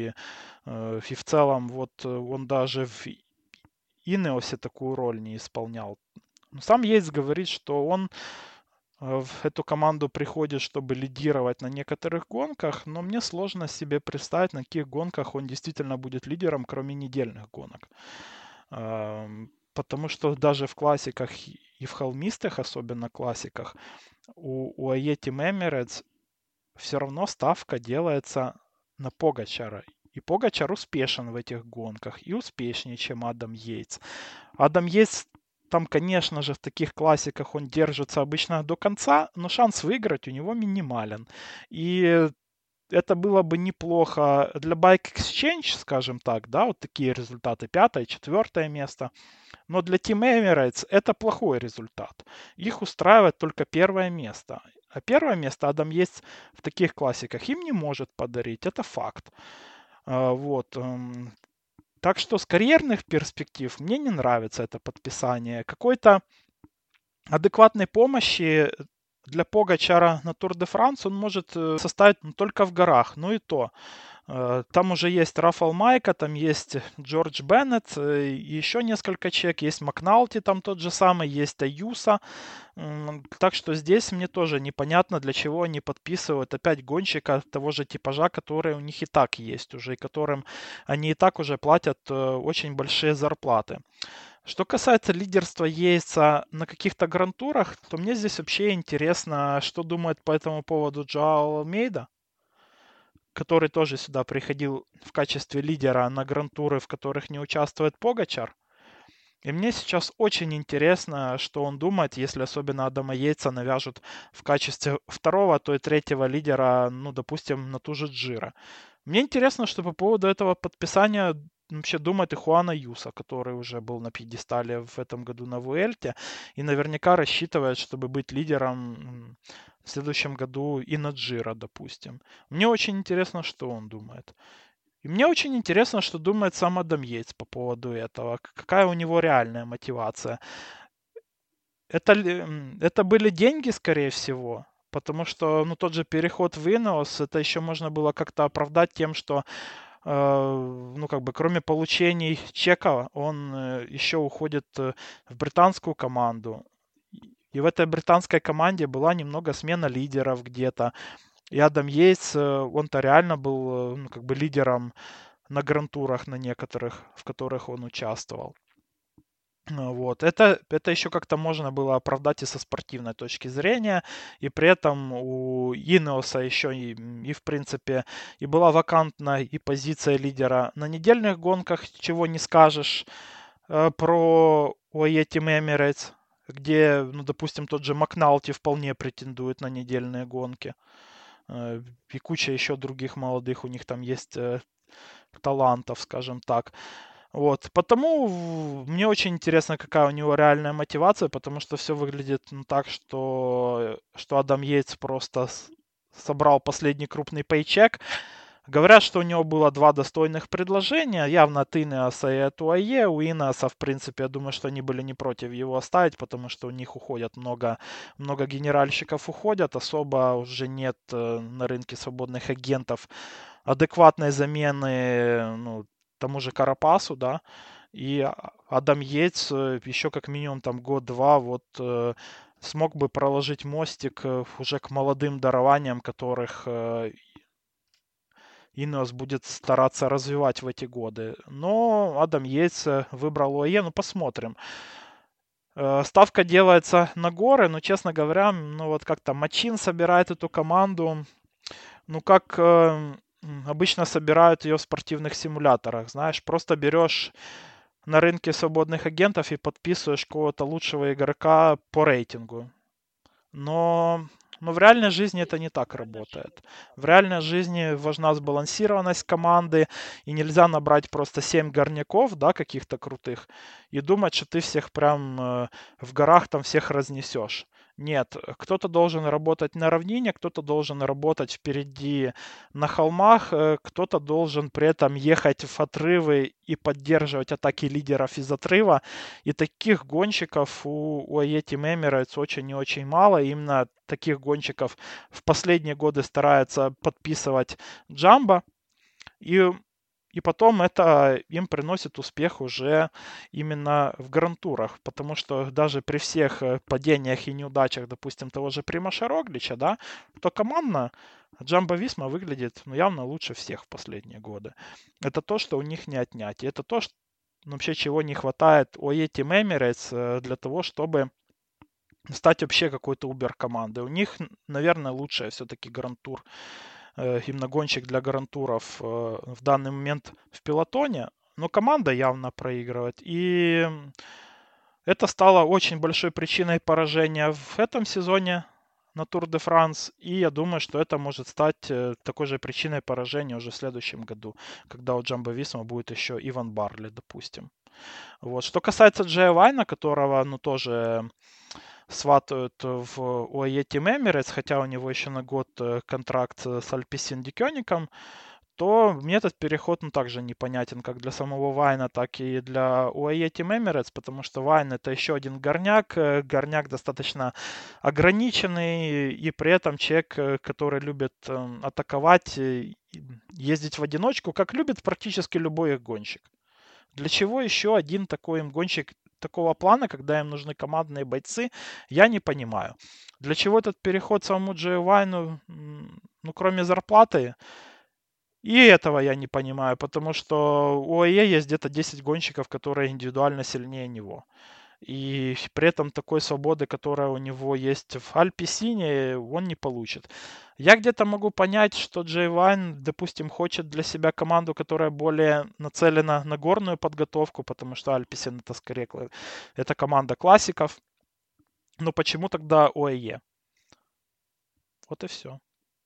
И в целом, вот он даже в Инеосе такую роль не исполнял. Но сам Йейтс говорит, что он в эту команду приходит, чтобы лидировать на некоторых гонках, но мне сложно себе представить, на каких гонках он действительно будет лидером, кроме недельных гонок. Потому что даже в классиках и в холмистых, особенно классиках, у AE Team Emirates все равно ставка делается на Погачара. И Погачар успешен в этих гонках, и успешнее, чем Адам Йейтс. Адам Йейтс там, конечно же, в таких классиках он держится обычно до конца, но шанс выиграть у него минимален. И это было бы неплохо для Bike Exchange, скажем так, да, вот такие результаты, 5-е, 4-е место. Но для Team Emirates это плохой результат. Их устраивает только 1-е место. А 1-е место Адам есть в таких классиках им не может подарить, это факт. Вот. Так что с карьерных перспектив мне не нравится это подписание. Какой-то адекватной помощи для Погачара на Тур де Франс он может составить только в горах, ну и то. Там уже есть Рафал Майка, там есть Джордж Беннет, и еще несколько человек. Есть Макналти там тот же самый, есть Аюса. Так что здесь мне тоже непонятно, для чего они подписывают опять гонщика того же типажа, который у них и так есть уже, и которым они и так уже платят очень большие зарплаты. Что касается лидерства Йейтса на каких-то гран-турах, то мне здесь вообще интересно, что думает по этому поводу Джоао Алмейда, который тоже сюда приходил в качестве лидера на гран-туры, в которых не участвует Погачар. И мне сейчас очень интересно, что он думает, если особенно Адама Йейтса навяжут в качестве второго, а то и третьего лидера, ну, допустим, на ту же Джиро. Мне интересно, что по поводу этого подписания вообще думает и Хуана Юса, который уже был на пьедестале в этом году на Вуэльте, и наверняка рассчитывает, чтобы быть лидером в следующем году и на Джиро, допустим. Мне очень интересно, что он думает. И мне очень интересно, что думает сам Адам Йейтс по поводу этого. Какая у него реальная мотивация. Это были деньги, скорее всего, потому что, ну, тот же переход в Ineos, это еще можно было как-то оправдать тем, что, ну, как бы, кроме получений чека, он еще уходит в британскую команду. И в этой британской команде была немного смена лидеров где-то. И Адам Йейтс, он-то реально был, ну, как бы, лидером на гран-турах на некоторых, в которых он участвовал. Вот. Это еще как-то можно было оправдать и со спортивной точки зрения, и при этом у Инеоса еще в принципе и была вакантна и позиция лидера на недельных гонках, чего не скажешь про UAE Team Emirates, где, ну, допустим, тот же Макналти вполне претендует на недельные гонки, и куча еще других молодых у них там есть талантов, скажем так. Вот. Потому мне очень интересно, какая у него реальная мотивация, потому что все выглядит, ну, так, что Адам Йейтс просто собрал последний крупный пейчек. Говорят, что у него было два достойных предложения, явно от Инеоса и от УАЕ. У Инеоса, в принципе, я думаю, что они были не против его оставить, потому что у них уходят много генеральщиков уходят, особо уже нет на рынке свободных агентов адекватной замены, ну, тому же Карапасу, да, и Адам Йейтс еще как минимум там год-два вот смог бы проложить мостик уже к молодым дарованиям, которых Ineos будет стараться развивать в эти годы. Но Адам Йейтс выбрал ОЕ, ну посмотрим. Ставка делается на горы, но, честно говоря, ну вот как-то Мачин собирает эту команду, ну как обычно собирают ее в спортивных симуляторах, знаешь, просто берешь на рынке свободных агентов и подписываешь какого-то лучшего игрока по рейтингу. Но в реальной жизни это не так работает. В реальной жизни важна сбалансированность команды, и нельзя набрать просто 7 горняков, да, каких-то крутых, и думать, что ты всех прям в горах там всех разнесешь. Нет, кто-то должен работать на равнине, кто-то должен работать впереди на холмах, кто-то должен при этом ехать в отрывы и поддерживать атаки лидеров из отрыва. И таких гонщиков у UAE Team Emirates очень и очень мало. Именно таких гонщиков в последние годы старается подписывать Джамбо. И потом это им приносит успех уже именно в гран-турах, потому что даже при всех падениях и неудачах, допустим, того же Примаша Роглича, да, то командно Джамбо Висма выглядит, ну, явно лучше всех в последние годы. Это то, что у них не отнять. И это то, что, вообще, чего не хватает у Team Emirates для того, чтобы стать вообще какой-то Uber-командой. У них, наверное, лучшая все-таки гран-тур, именно гонщик для гран-туров в данный момент в пелотоне, но команда явно проигрывает. И это стало очень большой причиной поражения в этом сезоне на Тур де Франс. И я думаю, что это может стать такой же причиной поражения уже в следующем году, когда у Джамбо Висма будет еще Иван Барли, допустим. Вот. Что касается Джея Вайна, которого, ну, тоже сватают в UAE Team Emirates, хотя у него еще на год контракт с Alpecin Deceuninck, то мне этот переход, ну, также непонятен как для самого Вайна, так и для UAE Team Emirates, потому что Вайн это еще один горняк, горняк достаточно ограниченный, и при этом человек, который любит атаковать, ездить в одиночку, как любит практически любой их гонщик. Для чего еще один такой им гонщик такого плана, когда им нужны командные бойцы, я не понимаю. Для чего этот переход самому Джею Вайну, ну, кроме зарплаты, и этого я не понимаю, потому что у АЕ есть где-то 10 гонщиков, которые индивидуально сильнее него. И при этом такой свободы, которая у него есть в Альпесине, он не получит. Я где-то могу понять, что Джей Вайн, допустим, хочет для себя команду, которая более нацелена на горную подготовку, потому что Альпесин это скорее это команда классиков. Но почему тогда ОАЕ? Вот и все.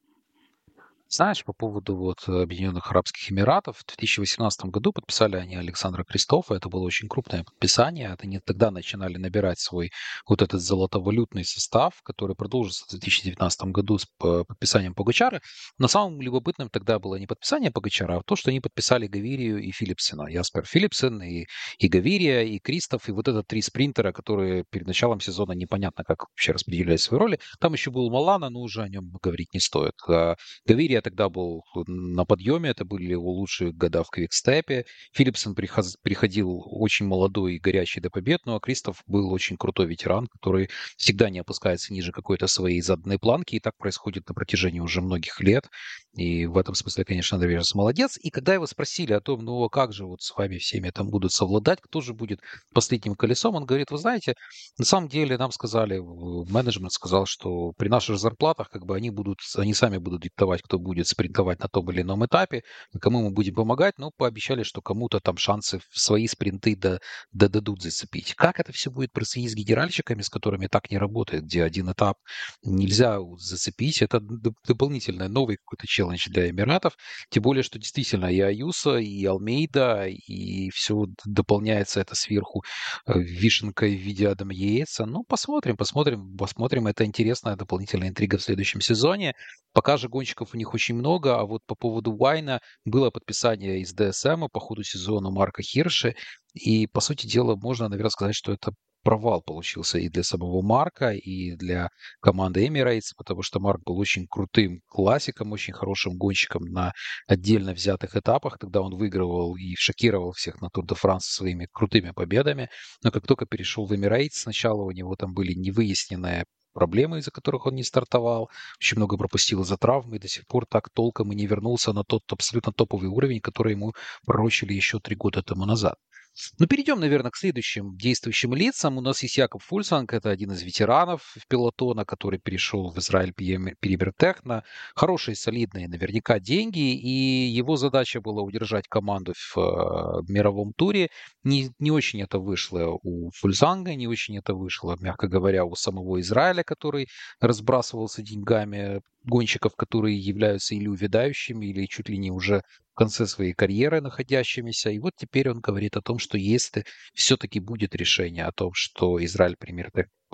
Знаешь, по поводу вот Объединенных Арабских Эмиратов, в 2018 году подписали они Александра Кристофа. Это было очень крупное подписание. Они тогда начинали набирать свой вот этот золотовалютный состав, который продолжится в 2019 году с подписанием Погачара. Но самым любопытным тогда было не подписание Погачара, а то, что они подписали Гавирию и Филипсена. Яспер Филипсен и Гавирия, и Кристоф, и вот это три спринтера, которые перед началом сезона непонятно, как вообще распределяли свои роли. Там еще был Малана, но уже о нем говорить не стоит. Гавирия тогда был на подъеме, это были его лучшие года в Квикстепе. Филипсон приходил очень молодой и горячий до побед, ну а Кристоф был очень крутой ветеран, который всегда не опускается ниже какой-то своей заданной планки, и так происходит на протяжении уже многих лет. И в этом смысле, конечно, Андреас молодец. И когда его спросили о том, ну а как же вот с вами всеми там будут совладать, кто же будет последним колесом, он говорит, вы знаете, на самом деле нам сказали, менеджмент сказал, что при наших зарплатах как бы они сами будут диктовать, кто будет спринтовать на том или ином этапе, кому мы будем помогать, но пообещали, что кому-то там шансы в свои спринты дадут зацепить. Как это все будет происходить с генеральщиками, с которыми так не работает, где один этап нельзя зацепить, это дополнительный новый какой-то челлендж для Эмиратов, тем более, что действительно и Аюса, и Алмейда, и все дополняется это сверху вишенкой в виде Адама Яйца. Ну, посмотрим. Это интересная дополнительная интрига в следующем сезоне. Пока же гонщиков у них очень много, а вот по поводу Уайна было подписание из ДСМ по ходу сезона Марка Хирша, и, по сути дела, можно, наверное, сказать, что это провал получился и для самого Марка, и для команды Emirates, потому что Марк был очень крутым классиком, очень хорошим гонщиком на отдельно взятых этапах. Тогда он выигрывал и шокировал всех на Тур де Франс своими крутыми победами. Но как только перешел в Emirates, сначала у него там были невыясненные проблемы, из-за которых он не стартовал, очень много пропустил из-за травмы, и до сих пор так толком и не вернулся на тот абсолютно топовый уровень, который ему пророчили еще 3 года тому назад. Ну, перейдем, наверное, к следующим действующим лицам. У нас есть Якоб Фульсанг, это один из ветеранов пилотона, который перешел в Израиль Перибертех на хорошие, солидные наверняка деньги, и его задача была удержать команду в мировом туре. Не очень это вышло у Фульсанга, не очень это вышло, мягко говоря, у самого Израиля, который разбрасывался деньгами гонщиков, которые являются или увядающими, или чуть ли не уже в конце своей карьеры находящимися. И вот теперь он говорит о том, что если все-таки будет решение о том, что Израиль, пример,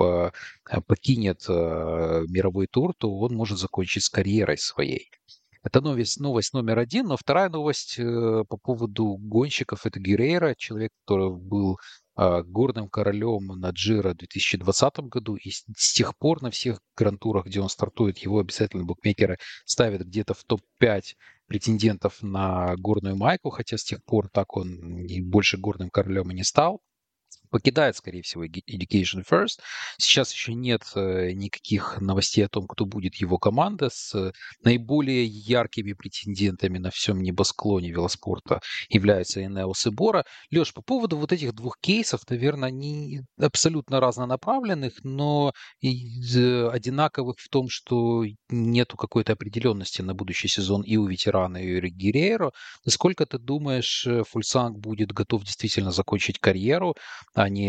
покинет мировой тур, то он может закончить с карьерой своей. Это новость номер один, но вторая новость по поводу гонщиков– это Геррера, человек, который был горным королем на Джиро в 2020 году, и с тех пор на всех гран-турах, где он стартует, его обязательно букмекеры ставят где-то в топ-5 претендентов на горную майку, хотя с тех пор так он и больше горным королем и не стал. Покидает, скорее всего, Education First. Сейчас еще нет никаких новостей о том, кто будет его команда. С наиболее яркими претендентами на всем небосклоне велоспорта являются Энеос и Бора. Леш, по поводу вот этих двух кейсов, наверное, они абсолютно разнонаправленных, но одинаковых в том, что нету какой-то определенности на будущий сезон и у ветерана, и у Геррейро. Насколько ты думаешь, Фульсанг будет готов действительно закончить карьеру, а не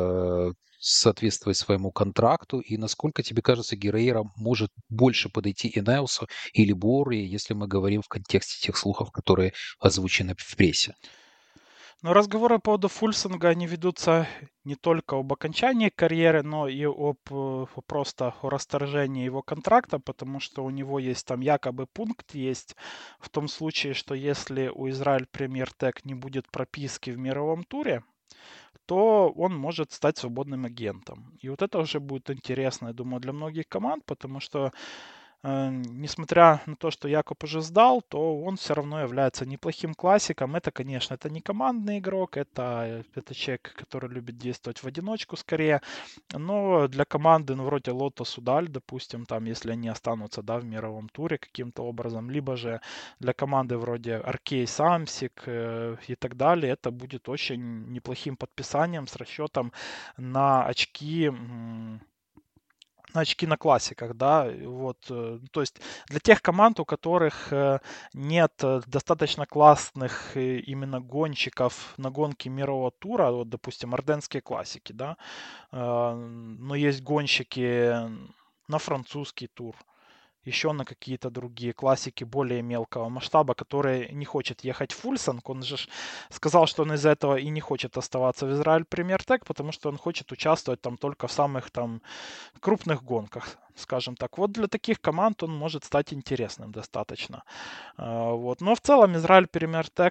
соответствовать своему контракту, и насколько тебе кажется, Геррейра может больше подойти Инеусу или Борри, если мы говорим в контексте тех слухов, которые озвучены в прессе? Но разговоры по поводу Фульсинга, они ведутся не только об окончании карьеры, но и просто о расторжении его контракта, потому что у него есть там якобы пункт есть в том случае, что если у Израиль Премьер Тег не будет прописки в мировом туре, то он может стать свободным агентом. И вот это уже будет интересно, я думаю, для многих команд, потому что несмотря на то, что Якоб уже сдал, то он все равно является неплохим классиком. Это, конечно, это не командный игрок, это человек, который любит действовать в одиночку скорее. Но для команды, ну, вроде Лотто Судаль, допустим, там, если они останутся, да, в мировом туре каким-то образом, либо же для команды вроде Аркей Самсик и так далее, это будет очень неплохим подписанием с расчетом на очки на классиках, да, вот, то есть для тех команд, у которых нет достаточно классных именно гонщиков на гонке мирового тура, вот, допустим, Арденские классики, да, но есть гонщики на французский тур, еще на какие-то другие классики более мелкого масштаба, которые не хочет ехать в Фульсанг. Он же сказал, что он из-за этого и не хочет оставаться в Израиль Премьер Тег, потому что он хочет участвовать там только в самых там крупных гонках, скажем так. Вот для таких команд он может стать интересным достаточно. Вот. Но в целом Израиль Премьер Тег,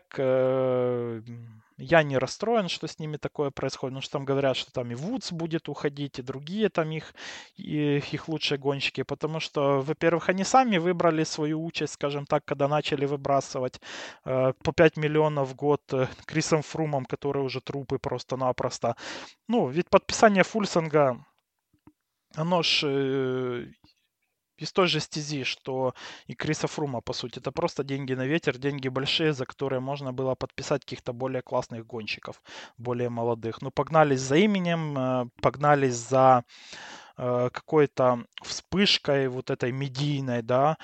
я не расстроен, что с ними такое происходит, потому что там говорят, что там и Вудс будет уходить, и другие там их лучшие гонщики, потому что, во-первых, они сами выбрали свою участь, скажем так, когда начали выбрасывать по 5 миллионов в год Крисом Фрумом, которые уже трупы просто-напросто. Ну, ведь подписание Фульсанга, оно ж из той же стези, что и Криса Фрума, по сути. Это просто деньги на ветер, деньги большие, за которые можно было подписать каких-то более классных гонщиков, более молодых. Ну, погнались за именем, погнались за какой-то вспышкой вот этой медийной, да,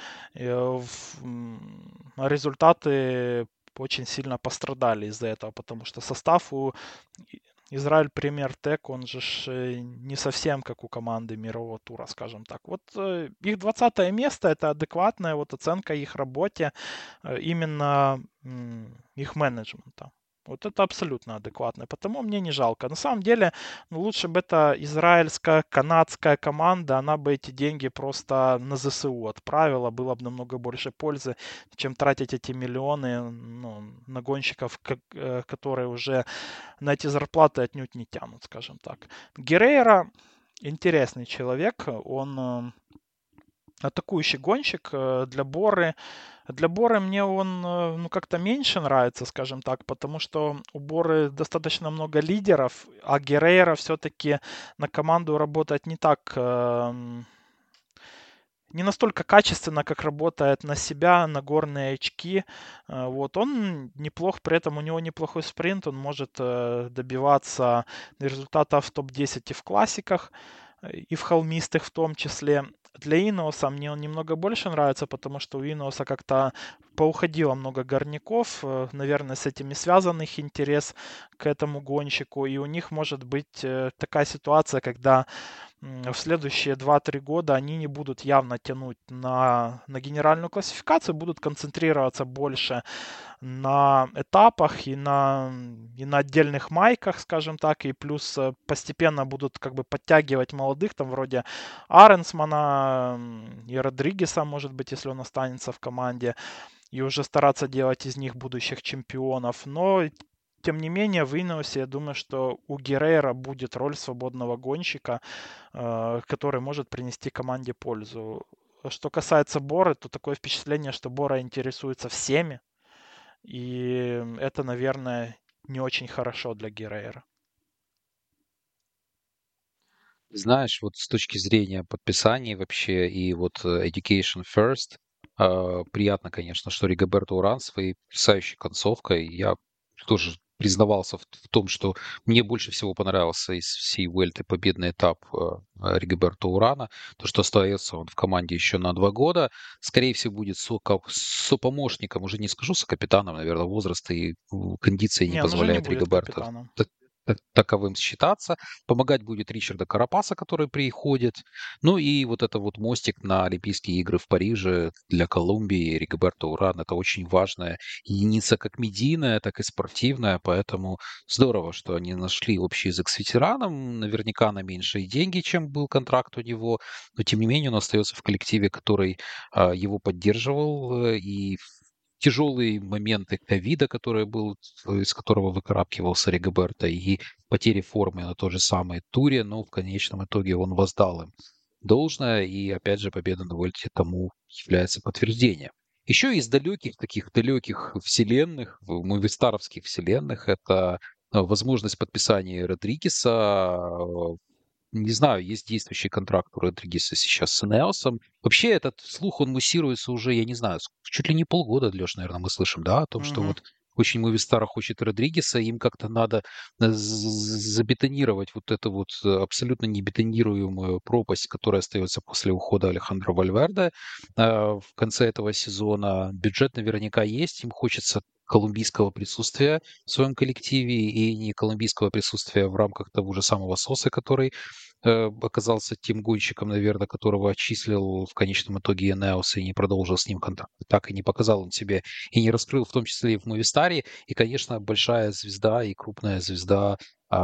результаты очень сильно пострадали из-за этого, потому что состав у Израиль Премьер Тек, он же не совсем как у команды мирового тура, скажем так. Вот их 20 место это адекватная вот оценка их работе, именно их менеджмента. Вот это абсолютно адекватно, потому мне не жалко. На самом деле, ну, лучше бы эта израильская, канадская команда, она бы эти деньги просто на ЗСУ отправила, было бы намного больше пользы, чем тратить эти миллионы, ну, на гонщиков, которые уже на эти зарплаты отнюдь не тянут, скажем так. Геррера интересный человек, он атакующий гонщик для Боры. Для Боры мне он ну, как-то меньше нравится, скажем так, потому что у Боры достаточно много лидеров, а Геррера все-таки на команду работает не настолько качественно, как работает на себя, на горные очки. Вот. Он неплох, при этом у него неплохой спринт, он может добиваться результатов в топ-10 и в классиках, и в холмистых в том числе. Для Иноуса мне он немного больше нравится, потому что у Иноуса как-то поуходило много горняков, наверное, с этим и связан их интерес к этому гонщику, и у них может быть такая ситуация, когда в следующие 2-3 года они не будут явно тянуть на генеральную классификацию, будут концентрироваться больше на этапах и на отдельных майках, скажем так, и плюс постепенно будут как бы подтягивать молодых, там вроде Аренсмана и Родригеса, может быть, если он останется в команде, и уже стараться делать из них будущих чемпионов. Но тем не менее, в Инеосе я думаю, что у Геррера будет роль свободного гонщика, который может принести команде пользу. Что касается Боры, то такое впечатление, что Бора интересуется всеми, и это, наверное, не очень хорошо для Геррера. Знаешь, вот с точки зрения подписаний вообще и вот Education First, приятно, конечно, что Ригоберто Уран своей потрясающей концовкой, я тоже признавался в том, что мне больше всего понравился из всей Vuelты победный этап Ригоберто Урана, то, что остается он в команде еще на 2 года, скорее всего, будет сопомощником, уже не скажу сокапитаном, наверное, возраст и кондиция не Не, он уже не позволяет будет Ригоберто капитаном. таковым считаться. Помогать будет Ричарда Карапаса, который приходит. Ну и вот это вот мостик на Олимпийские игры в Париже для Колумбии. Ригоберто Уран — это очень важная единица, как медийная, так и спортивная. Поэтому здорово, что они нашли общий язык с ветераном. Наверняка на меньшие деньги, чем был контракт у него. Но тем не менее он остается в коллективе, который его поддерживал. И тяжелые моменты ковида, который был, из которого выкарабкивался Ригоберто, и потери формы на той же самой туре, но в конечном итоге он воздал им должное, и опять же победа на Вольте тому является подтверждением. Еще из далеких, таких далеких вселенных, мувистаровских вселенных, это возможность подписания Родригеса. Не знаю, есть действующий контракт у Родригеса сейчас с Энеосом. Вообще этот слух, он муссируется уже, я не знаю, чуть ли не полгода, Леш, наверное, мы слышим, да, о том, что Мгм. вот очень Movistar хочет Родригеса, им как-то надо забетонировать вот эту вот абсолютно небетонируемую пропасть, которая остается после ухода Алехандро Вальверде в конце этого сезона. Бюджет наверняка есть, им хочется колумбийского присутствия в своем коллективе и не колумбийского присутствия в рамках того же самого Соса, который оказался тем гонщиком, наверное, которого отчислил в конечном итоге Энеос и не продолжил с ним контракт. Так и не показал он себе и не раскрыл, в том числе и в Movistar. И, конечно, большая звезда и крупная звезда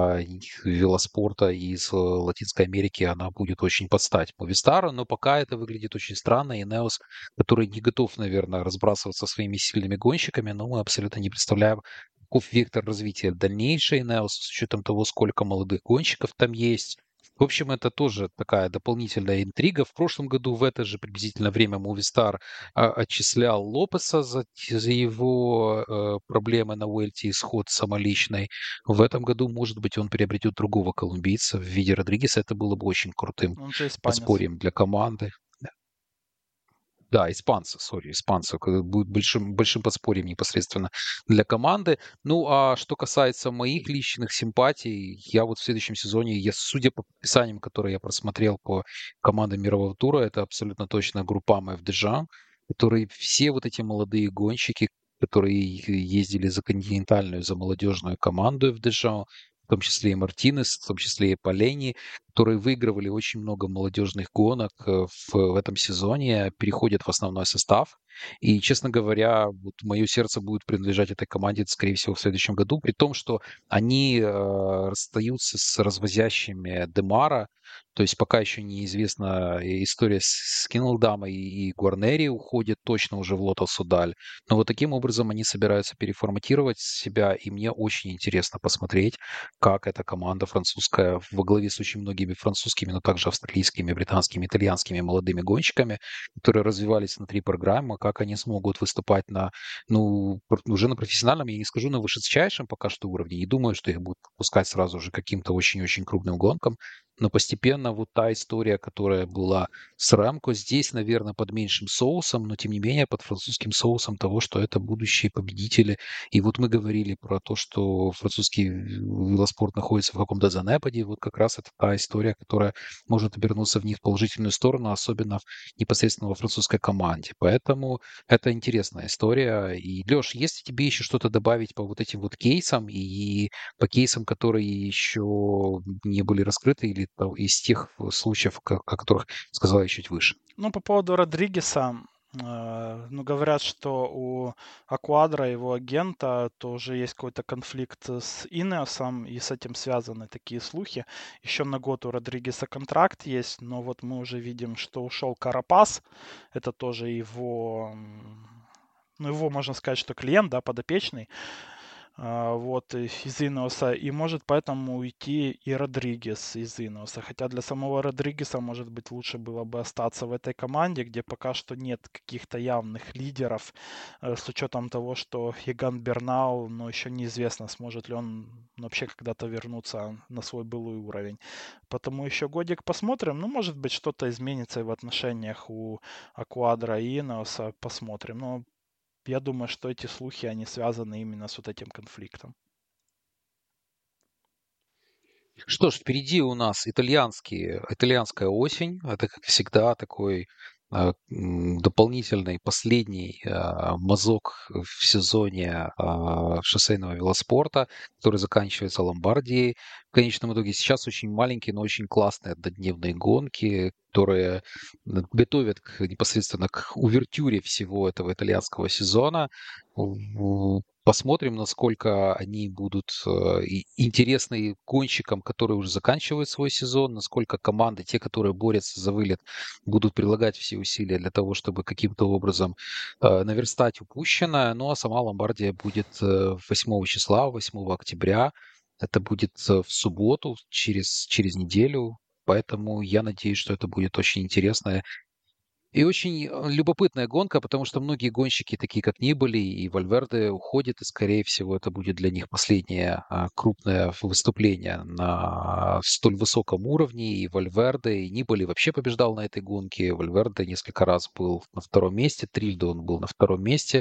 велоспорта из Латинской Америки, она будет очень под стать Movistar, но пока это выглядит очень странно. И Энеос, который не готов, наверное, разбрасываться своими сильными гонщиками, но мы абсолютно не представляем, каков вектор развития дальнейшей Энеос с учетом того, сколько молодых гонщиков там есть. В общем, это тоже такая дополнительная интрига. В прошлом году в это же приблизительно время Movistar отчислял Лопеса за его проблемы на Уэльте, исход самоличный. В этом году, может быть, он приобретет другого колумбийца в виде Родригеса. Это было бы очень крутым Он же испанец. подспорьем для команды. Да, испанцы, сори, испанцы. Будет большим подспорьем непосредственно для команды. Ну, а что касается моих личных симпатий, я вот в следующем сезоне, судя по подписаниям, которые я просмотрел по командам мирового тура, это абсолютно точно Группама FDJ, которые все вот эти молодые гонщики, которые ездили за континентальную, за молодежную команду FDJ, в том числе и Мартинес, в том числе и Полени, которые выигрывали очень много молодежных гонок в этом сезоне, переходят в основной состав. И, честно говоря, вот мое сердце будет принадлежать этой команде, скорее всего, в следующем году, при том, что они расстаются с развозящими Демара, то есть пока еще неизвестна история с Кингдамой и Гуарнери уходит точно уже в Лотос Судаль. Но вот таким образом они собираются переформатировать себя, и мне очень интересно посмотреть, как эта команда французская во главе с очень многими французскими, но также австралийскими, британскими, итальянскими молодыми гонщиками, которые развивались внутри программы, как они смогут выступать на, ну, уже на профессиональном, я не скажу на высочайшем пока что уровне, не думаю, что их будут пускать сразу же каким-то очень-очень крупным гонкам, но постепенно вот та история, которая была с Рамко, здесь, наверное, под меньшим соусом, но тем не менее под французским соусом того, что это будущие победители. И вот мы говорили про то, что французский велоспорт находится в каком-то занепаде. Вот как раз это та история, которая может обернуться в них в положительную сторону, особенно непосредственно во французской команде. Поэтому это интересная история. И, Леш, если тебе еще что-то добавить по вот этим вот кейсам и по кейсам, которые еще не были раскрыты, или из тех случаев, о которых сказал я чуть выше. Ну, по поводу Родригеса, ну, говорят, что у Аквадра, его агента, тоже есть какой-то конфликт с Инеосом, и с этим связаны такие слухи. Еще на год у Родригеса контракт есть, но вот мы уже видим, что ушел Карапас, это тоже его, ну, его, можно сказать, что клиент, да, подопечный. Вот, из Иноса, и может поэтому уйти и Родригес из Иноса. Хотя для самого Родригеса, может быть, лучше было бы остаться в этой команде, где пока что нет каких-то явных лидеров, с учетом того, что Яган Бернау, но еще неизвестно, сможет ли он вообще когда-то вернуться на свой былой уровень. Потому еще годик посмотрим. Ну, может быть, что-то изменится и в отношениях у Аквадра и Иноса, посмотрим. Но я думаю, что эти слухи, они связаны именно с вот этим конфликтом. Что ж, впереди у нас итальянская осень. Это, как всегда, такой дополнительный, последний мазок в сезоне шоссейного велоспорта, который заканчивается Ломбардией. В конечном итоге сейчас очень маленькие, но очень классные однодневные гонки, которые готовят непосредственно к увертюре всего этого итальянского сезона. Посмотрим, насколько они будут интересны гонщикам, которые уже заканчивают свой сезон, насколько команды, те, которые борются за вылет, будут прилагать все усилия для того, чтобы каким-то образом наверстать упущенное. Ну а сама Ломбардия будет 8 числа, 8 октября. Это будет в субботу, через неделю. Поэтому я надеюсь, что это будет очень интересная и очень любопытная гонка, потому что многие гонщики, такие как Нибали и Вальверде, уходят, и, скорее всего, это будет для них последнее крупное выступление на столь высоком уровне. И Вальверде, и Нибали вообще побеждал на этой гонке. Вальверде несколько раз был на втором месте, трижды он был на втором месте.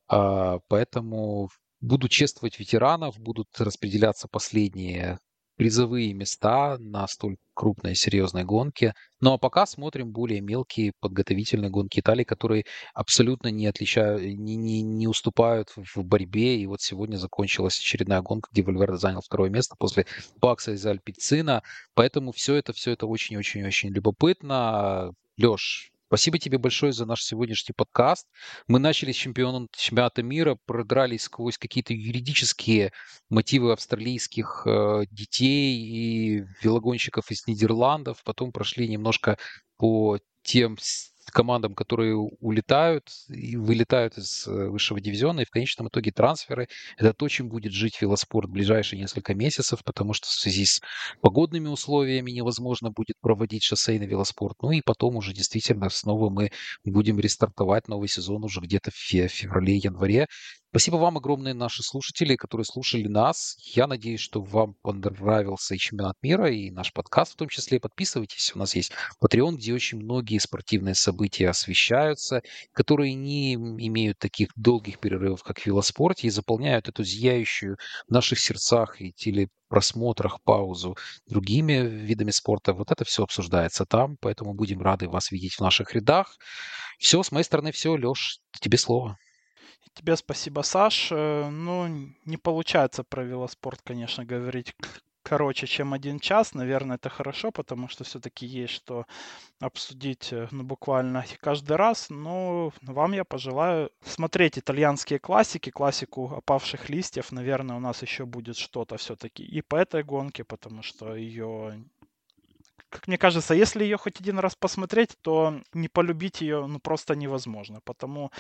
Поэтому будут чествовать ветеранов, будут распределяться последние призовые места на столь крупной серьезной гонке. Ну а пока смотрим более мелкие подготовительные гонки Италии, которые абсолютно не отличают, не уступают в борьбе. И вот сегодня закончилась очередная гонка, где Вальверде занял второе место после Бакса из Альпицина. Поэтому все это очень-очень-очень любопытно. Лёш, спасибо тебе большое за наш сегодняшний подкаст. Мы начали с чемпионата мира, продрались сквозь какие-то юридические мотивы австралийских детей и велогонщиков из Нидерландов, потом прошли немножко по тем командам, которые улетают и вылетают из высшего дивизиона, и в конечном итоге трансферы. Это то, чем будет жить велоспорт в ближайшие несколько месяцев, потому что в связи с погодными условиями невозможно будет проводить шоссейный велоспорт. Ну и потом уже действительно снова мы будем рестартовать новый сезон уже где-то в феврале-январе. Спасибо вам огромное, наши слушатели, которые слушали нас. Я надеюсь, что вам понравился и чемпионат мира, и наш подкаст в том числе. Подписывайтесь. У нас есть Patreon, где очень многие спортивные события освещаются, которые не имеют таких долгих перерывов, как в велоспорте, и заполняют эту зияющую в наших сердцах и телепросмотрах паузу другими видами спорта. Вот это все обсуждается там, поэтому будем рады вас видеть в наших рядах. Все, с моей стороны все. Леш, тебе слово. Тебе спасибо, Саш. Ну, не получается про велоспорт, конечно, говорить короче, чем 1 час. Наверное, это хорошо, потому что все-таки есть что обсудить, ну, буквально каждый раз. Но вам я пожелаю смотреть итальянские классики, классику опавших листьев. Наверное, у нас еще будет что-то все-таки и по этой гонке, потому что ее, как мне кажется, если ее хоть один раз посмотреть, то не полюбить ее, ну, просто невозможно. Потому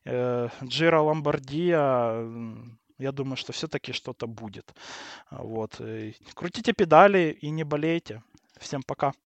Джиро Ломбардия, я думаю, что все-таки что-то будет. Вот. Крутите педали и не болейте. Всем пока.